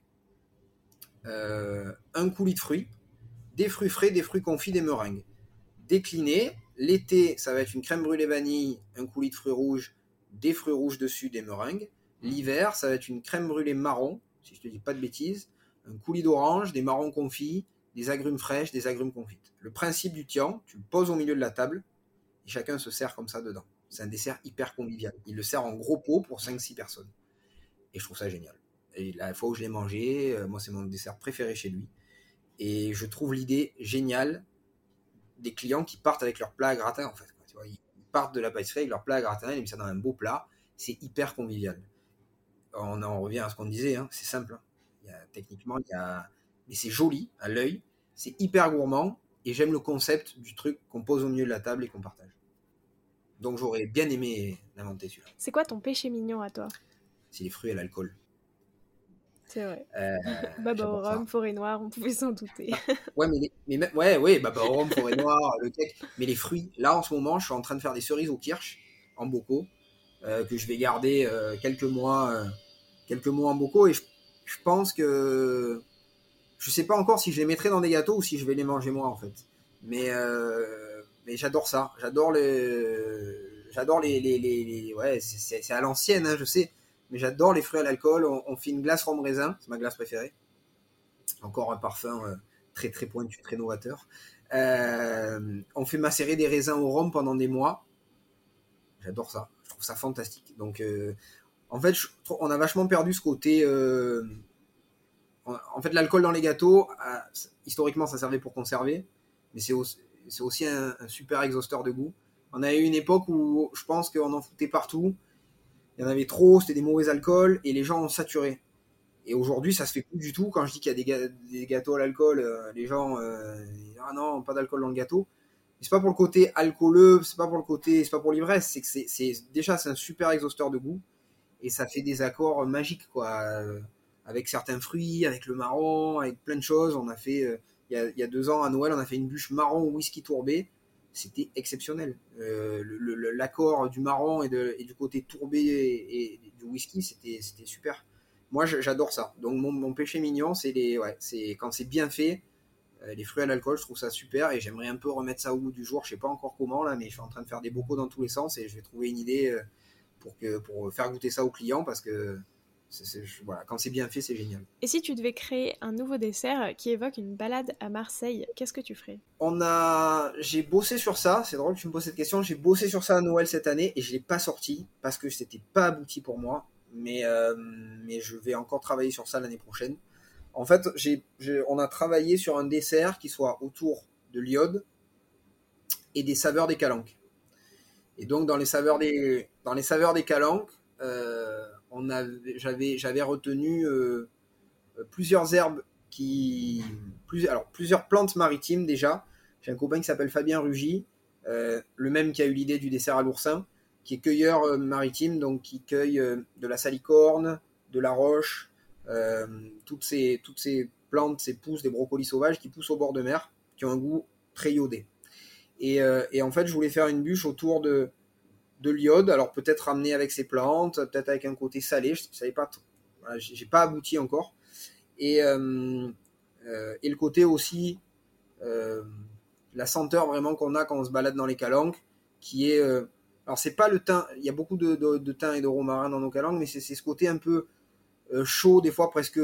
un coulis de fruits, des fruits frais, des fruits confits, des meringues. Décliné, l'été, ça va être une crème brûlée vanille, un coulis de fruits rouges, des fruits rouges dessus, des meringues. L'hiver, ça va être une crème brûlée marron, si je te dis pas de bêtises, un coulis d'orange, des marrons confits, des agrumes fraîches, des agrumes confites. Le principe du tian, tu le poses au milieu de la table et chacun se sert comme ça dedans. C'est un dessert hyper convivial. Il le sert en gros pot pour 5-6 personnes. Et je trouve ça génial. Et la fois où je l'ai mangé, moi c'est mon dessert préféré chez lui. Et je trouve l'idée géniale des clients qui partent avec leur plat à gratin, en fait. Tu vois, ils partent de la pâtisserie avec leur plat à gratin, ils mettent ça dans un beau plat. C'est hyper convivial. On en revient à ce qu'on disait, hein, c'est simple. Hein. Techniquement, mais c'est joli à l'œil, c'est hyper gourmand, et j'aime le concept du truc qu'on pose au milieu de la table et qu'on partage. Donc j'aurais bien aimé l'inventer celui-là. C'est quoi ton péché mignon à toi? C'est les fruits et l'alcool. C'est vrai. Baba au rhum, forêt noire, on pouvait s'en douter. Ouais, ouais, baba au rhum, forêt noire, le cake. Mais les fruits, là en ce moment, je suis en train de faire des cerises aux kirsch en bocaux, que je vais garder quelques mois en bocaux, et je pense que je sais pas encore si je les mettrai dans des gâteaux ou si je vais les manger moi, en fait. Mais j'adore ça. J'adore les ouais, c'est à l'ancienne, hein, je sais. Mais j'adore les fruits à l'alcool. On fait une glace rhum raisin, c'est ma glace préférée. Encore un parfum très très pointu, très novateur. On fait macérer des raisins au rhum pendant des mois. J'adore ça. Je trouve ça fantastique. Donc, en fait, on a vachement perdu ce côté. En fait, l'alcool dans les gâteaux, historiquement, ça servait pour conserver, mais c'est aussi un super exhausteur de goût. On a eu une époque où je pense qu'on en foutait partout. Il y en avait trop, c'était des mauvais alcools, et les gens ont saturé. Et aujourd'hui, ça se fait plus du tout. Quand je dis qu'il y a des gâteaux à l'alcool, les gens ah non, pas d'alcool dans le gâteau. Mais c'est pas pour le côté alcooleux, c'est pas pour l'ivresse, c'est que déjà c'est un super exhausteur de goût, et ça fait des accords magiques, quoi. Avec certains fruits, avec le marron, avec plein de choses. On a fait il y a 2 ans à Noël, on a fait une bûche marron whisky tourbé. C'était exceptionnel. L'accord du marron et du côté tourbé et du whisky, c'était super. Moi, j'adore ça. Donc, mon péché mignon, c'est quand c'est bien fait, les fruits à l'alcool, je trouve ça super, et j'aimerais un peu remettre ça au goût du jour. Je sais pas encore comment, là, mais je suis en train de faire des bocaux dans tous les sens, et je vais trouver une idée pour faire goûter ça aux clients, parce que Voilà, quand c'est bien fait, c'est génial. Et si tu devais créer un nouveau dessert qui évoque une balade à Marseille, qu'est-ce que tu ferais ? J'ai bossé sur ça, c'est drôle que tu me poses cette question, j'ai bossé sur ça à Noël cette année et je l'ai pas sorti parce que c'était pas abouti pour moi, mais je vais encore travailler sur ça l'année prochaine. En fait, on a travaillé sur un dessert qui soit autour de l'iode et des saveurs des calanques. Et donc dans les saveurs des calanques, j'avais retenu plusieurs herbes plusieurs plantes maritimes déjà. J'ai un copain qui s'appelle Fabien Rugy, le même qui a eu l'idée du dessert à l'oursin, qui est cueilleur maritime, donc qui cueille de la salicorne, de la roche, toutes ces plantes, ces pousses, des brocolis sauvages qui poussent au bord de mer, qui ont un goût très iodé. Et en fait, je voulais faire une bûche autour de l'iode, alors peut-être ramener avec ces plantes, peut-être avec un côté salé, je ne savais pas, voilà, j'ai pas abouti encore. Et le côté aussi, la senteur vraiment qu'on a quand on se balade dans les calanques, qui est, alors c'est pas le thym, il y a beaucoup de thym et de romarin dans nos calanques, mais c'est ce côté un peu chaud, des fois presque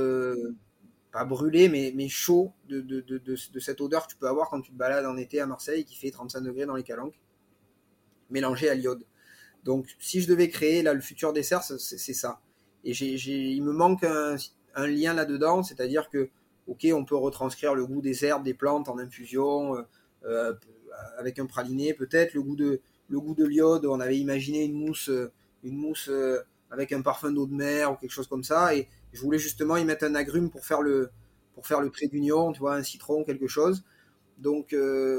pas brûlé, mais chaud de cette odeur que tu peux avoir quand tu te balades en été à Marseille, qui fait 35 degrés dans les calanques, mélangé à l'iode. Donc si je devais créer là le futur dessert, c'est ça. Et il me manque un lien là-dedans, c'est-à-dire que, ok, on peut retranscrire le goût des herbes, des plantes en infusion, avec un praliné peut-être, le goût de l'iode, on avait imaginé une mousse avec un parfum d'eau de mer ou quelque chose comme ça, et je voulais justement y mettre un agrume pour faire le trait d'union, tu vois, un citron, quelque chose. Donc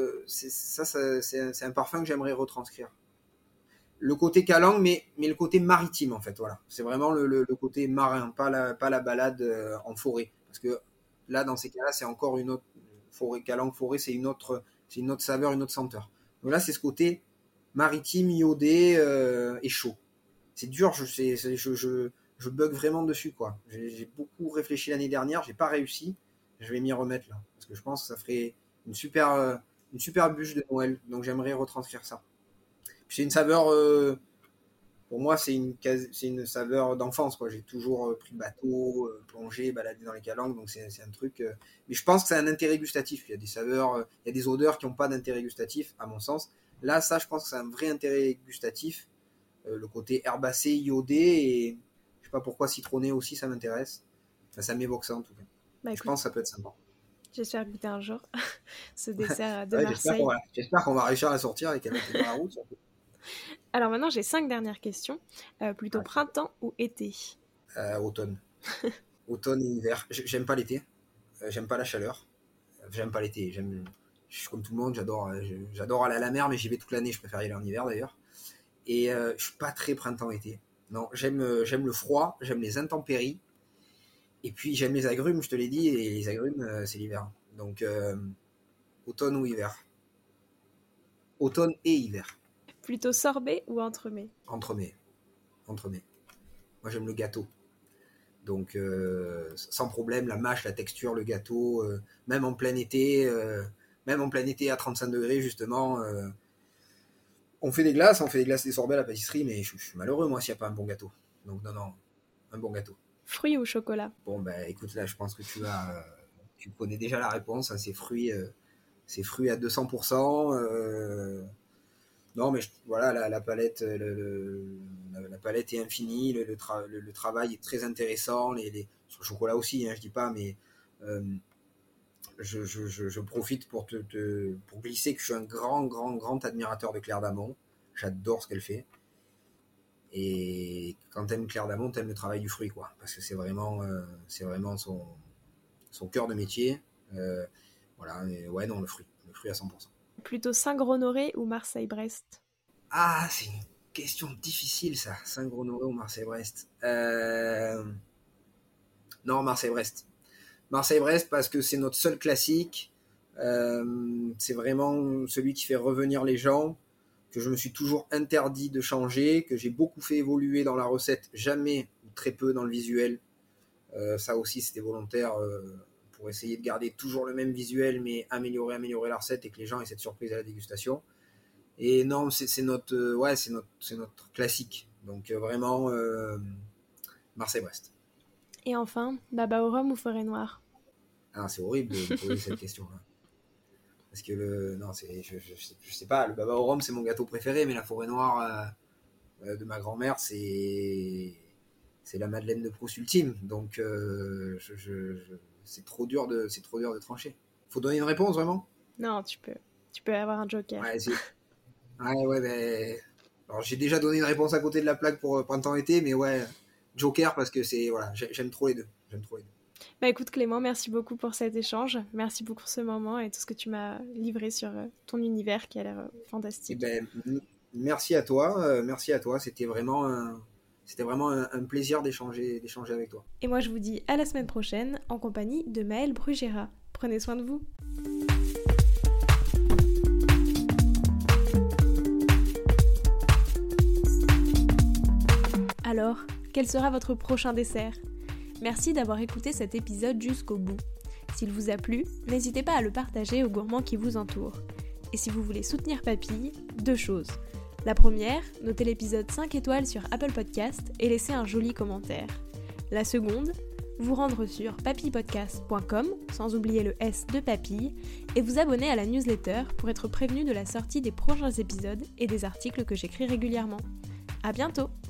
c'est un parfum que j'aimerais retranscrire. Le côté calanque, mais le côté maritime en fait, voilà. C'est vraiment le côté marin, pas la balade en forêt, parce que là dans ces cas-là c'est encore une autre forêt, calanque forêt, c'est une autre saveur, une autre senteur. Donc là c'est ce côté maritime, iodé et chaud. C'est dur, je bug vraiment dessus quoi. J'ai beaucoup réfléchi l'année dernière, j'ai pas réussi, je vais m'y remettre là, parce que je pense que ça ferait une super bûche de Noël, donc j'aimerais retranscrire ça. C'est une saveur, pour moi, c'est une saveur d'enfance, quoi. J'ai toujours pris le bateau, plongé, baladé dans les calanques, donc c'est un truc. Mais je pense que c'est un intérêt gustatif. Il y a des saveurs, il y a des odeurs qui n'ont pas d'intérêt gustatif, à mon sens. Là, ça, je pense que c'est un vrai intérêt gustatif. Le côté herbacé, iodé, et je sais pas pourquoi citronné aussi, ça m'intéresse. Enfin, ça m'évoque ça en tout cas. Bah, je pense que ça peut être sympa. J'espère goûter un jour ce dessert de ouais, Marseille. J'espère qu'on va réussir à la sortir et qu'elle va être dans la route. Alors maintenant, j'ai 5 dernières questions. Plutôt printemps ou été ? Automne. Automne et hiver. J'aime pas l'été. J'aime pas la chaleur. J'aime pas l'été. Je suis comme tout le monde, j'adore aller à la mer, mais j'y vais toute l'année. Je préfère y aller en hiver d'ailleurs. Et je suis pas très printemps-été. Non, j'aime le froid, j'aime les intempéries. Et puis j'aime les agrumes, je te l'ai dit, et les agrumes, c'est l'hiver. Donc automne ou hiver. Automne et hiver. Plutôt sorbet ou entremets ? Entremets. Moi j'aime le gâteau. Donc sans problème, la mâche, la texture, le gâteau, même en plein été à 35 degrés justement. On fait des glaces, des sorbets à la pâtisserie, mais je suis malheureux moi s'il n'y a pas un bon gâteau. Donc non, un bon gâteau. Fruits ou chocolat ? Bon bah écoute, là je pense que tu connais déjà la réponse, hein, c'est fruits à 200%. Non mais voilà, la palette la palette est infinie, le travail est très intéressant, sur le chocolat aussi, hein, je dis pas, mais je profite pour glisser que je suis un grand admirateur de Claire Damon. J'adore ce qu'elle fait. Et quand t'aimes Claire Damon, t'aimes le travail du fruit, quoi. Parce que c'est vraiment son cœur de métier. Voilà, mais ouais, non, le fruit à 100%. Plutôt Saint-Honoré ou Marseille-Brest ? Ah, c'est une question difficile, ça. Saint-Honoré ou Marseille-Brest Non, Marseille-Brest. Marseille-Brest parce que c'est notre seul classique. C'est vraiment celui qui fait revenir les gens, que je me suis toujours interdit de changer, que j'ai beaucoup fait évoluer dans la recette, jamais ou très peu dans le visuel. Ça aussi, c'était volontaire pour essayer de garder toujours le même visuel, mais améliorer la recette et que les gens aient cette surprise à la dégustation. Et non, c'est notre classique. Donc vraiment Marseille-Brest. Et enfin, baba au rhum ou forêt noire? Ah, c'est horrible de poser cette question-là. Parce que je sais pas, le baba au rhum c'est mon gâteau préféré, mais la forêt noire de ma grand-mère c'est la Madeleine de Proust ultime. Donc c'est trop dur de trancher. Faut donner une réponse vraiment? Non, tu peux avoir un joker. Ouais, ben... Alors j'ai déjà donné une réponse à côté de la plaque pour printemps-été, mais ouais, joker parce que j'aime trop les deux. Bah écoute Clément, merci beaucoup pour cet échange, merci beaucoup pour ce moment et tout ce que tu m'as livré sur ton univers qui a l'air fantastique. Merci à toi, c'était vraiment un plaisir d'échanger avec toi. Et moi je vous dis à la semaine prochaine en compagnie de Maëlle Brugera. Prenez soin de vous. Alors, quel sera votre prochain dessert ? Merci d'avoir écouté cet épisode jusqu'au bout. S'il vous a plu, n'hésitez pas à le partager aux gourmands qui vous entourent. Et si vous voulez soutenir Papille, 2 choses. La première, notez l'épisode 5 étoiles sur Apple Podcast et laissez un joli commentaire. La seconde, vous rendre sur papillepodcast.com, sans oublier le S de Papille, et vous abonner à la newsletter pour être prévenu de la sortie des prochains épisodes et des articles que j'écris régulièrement. À bientôt!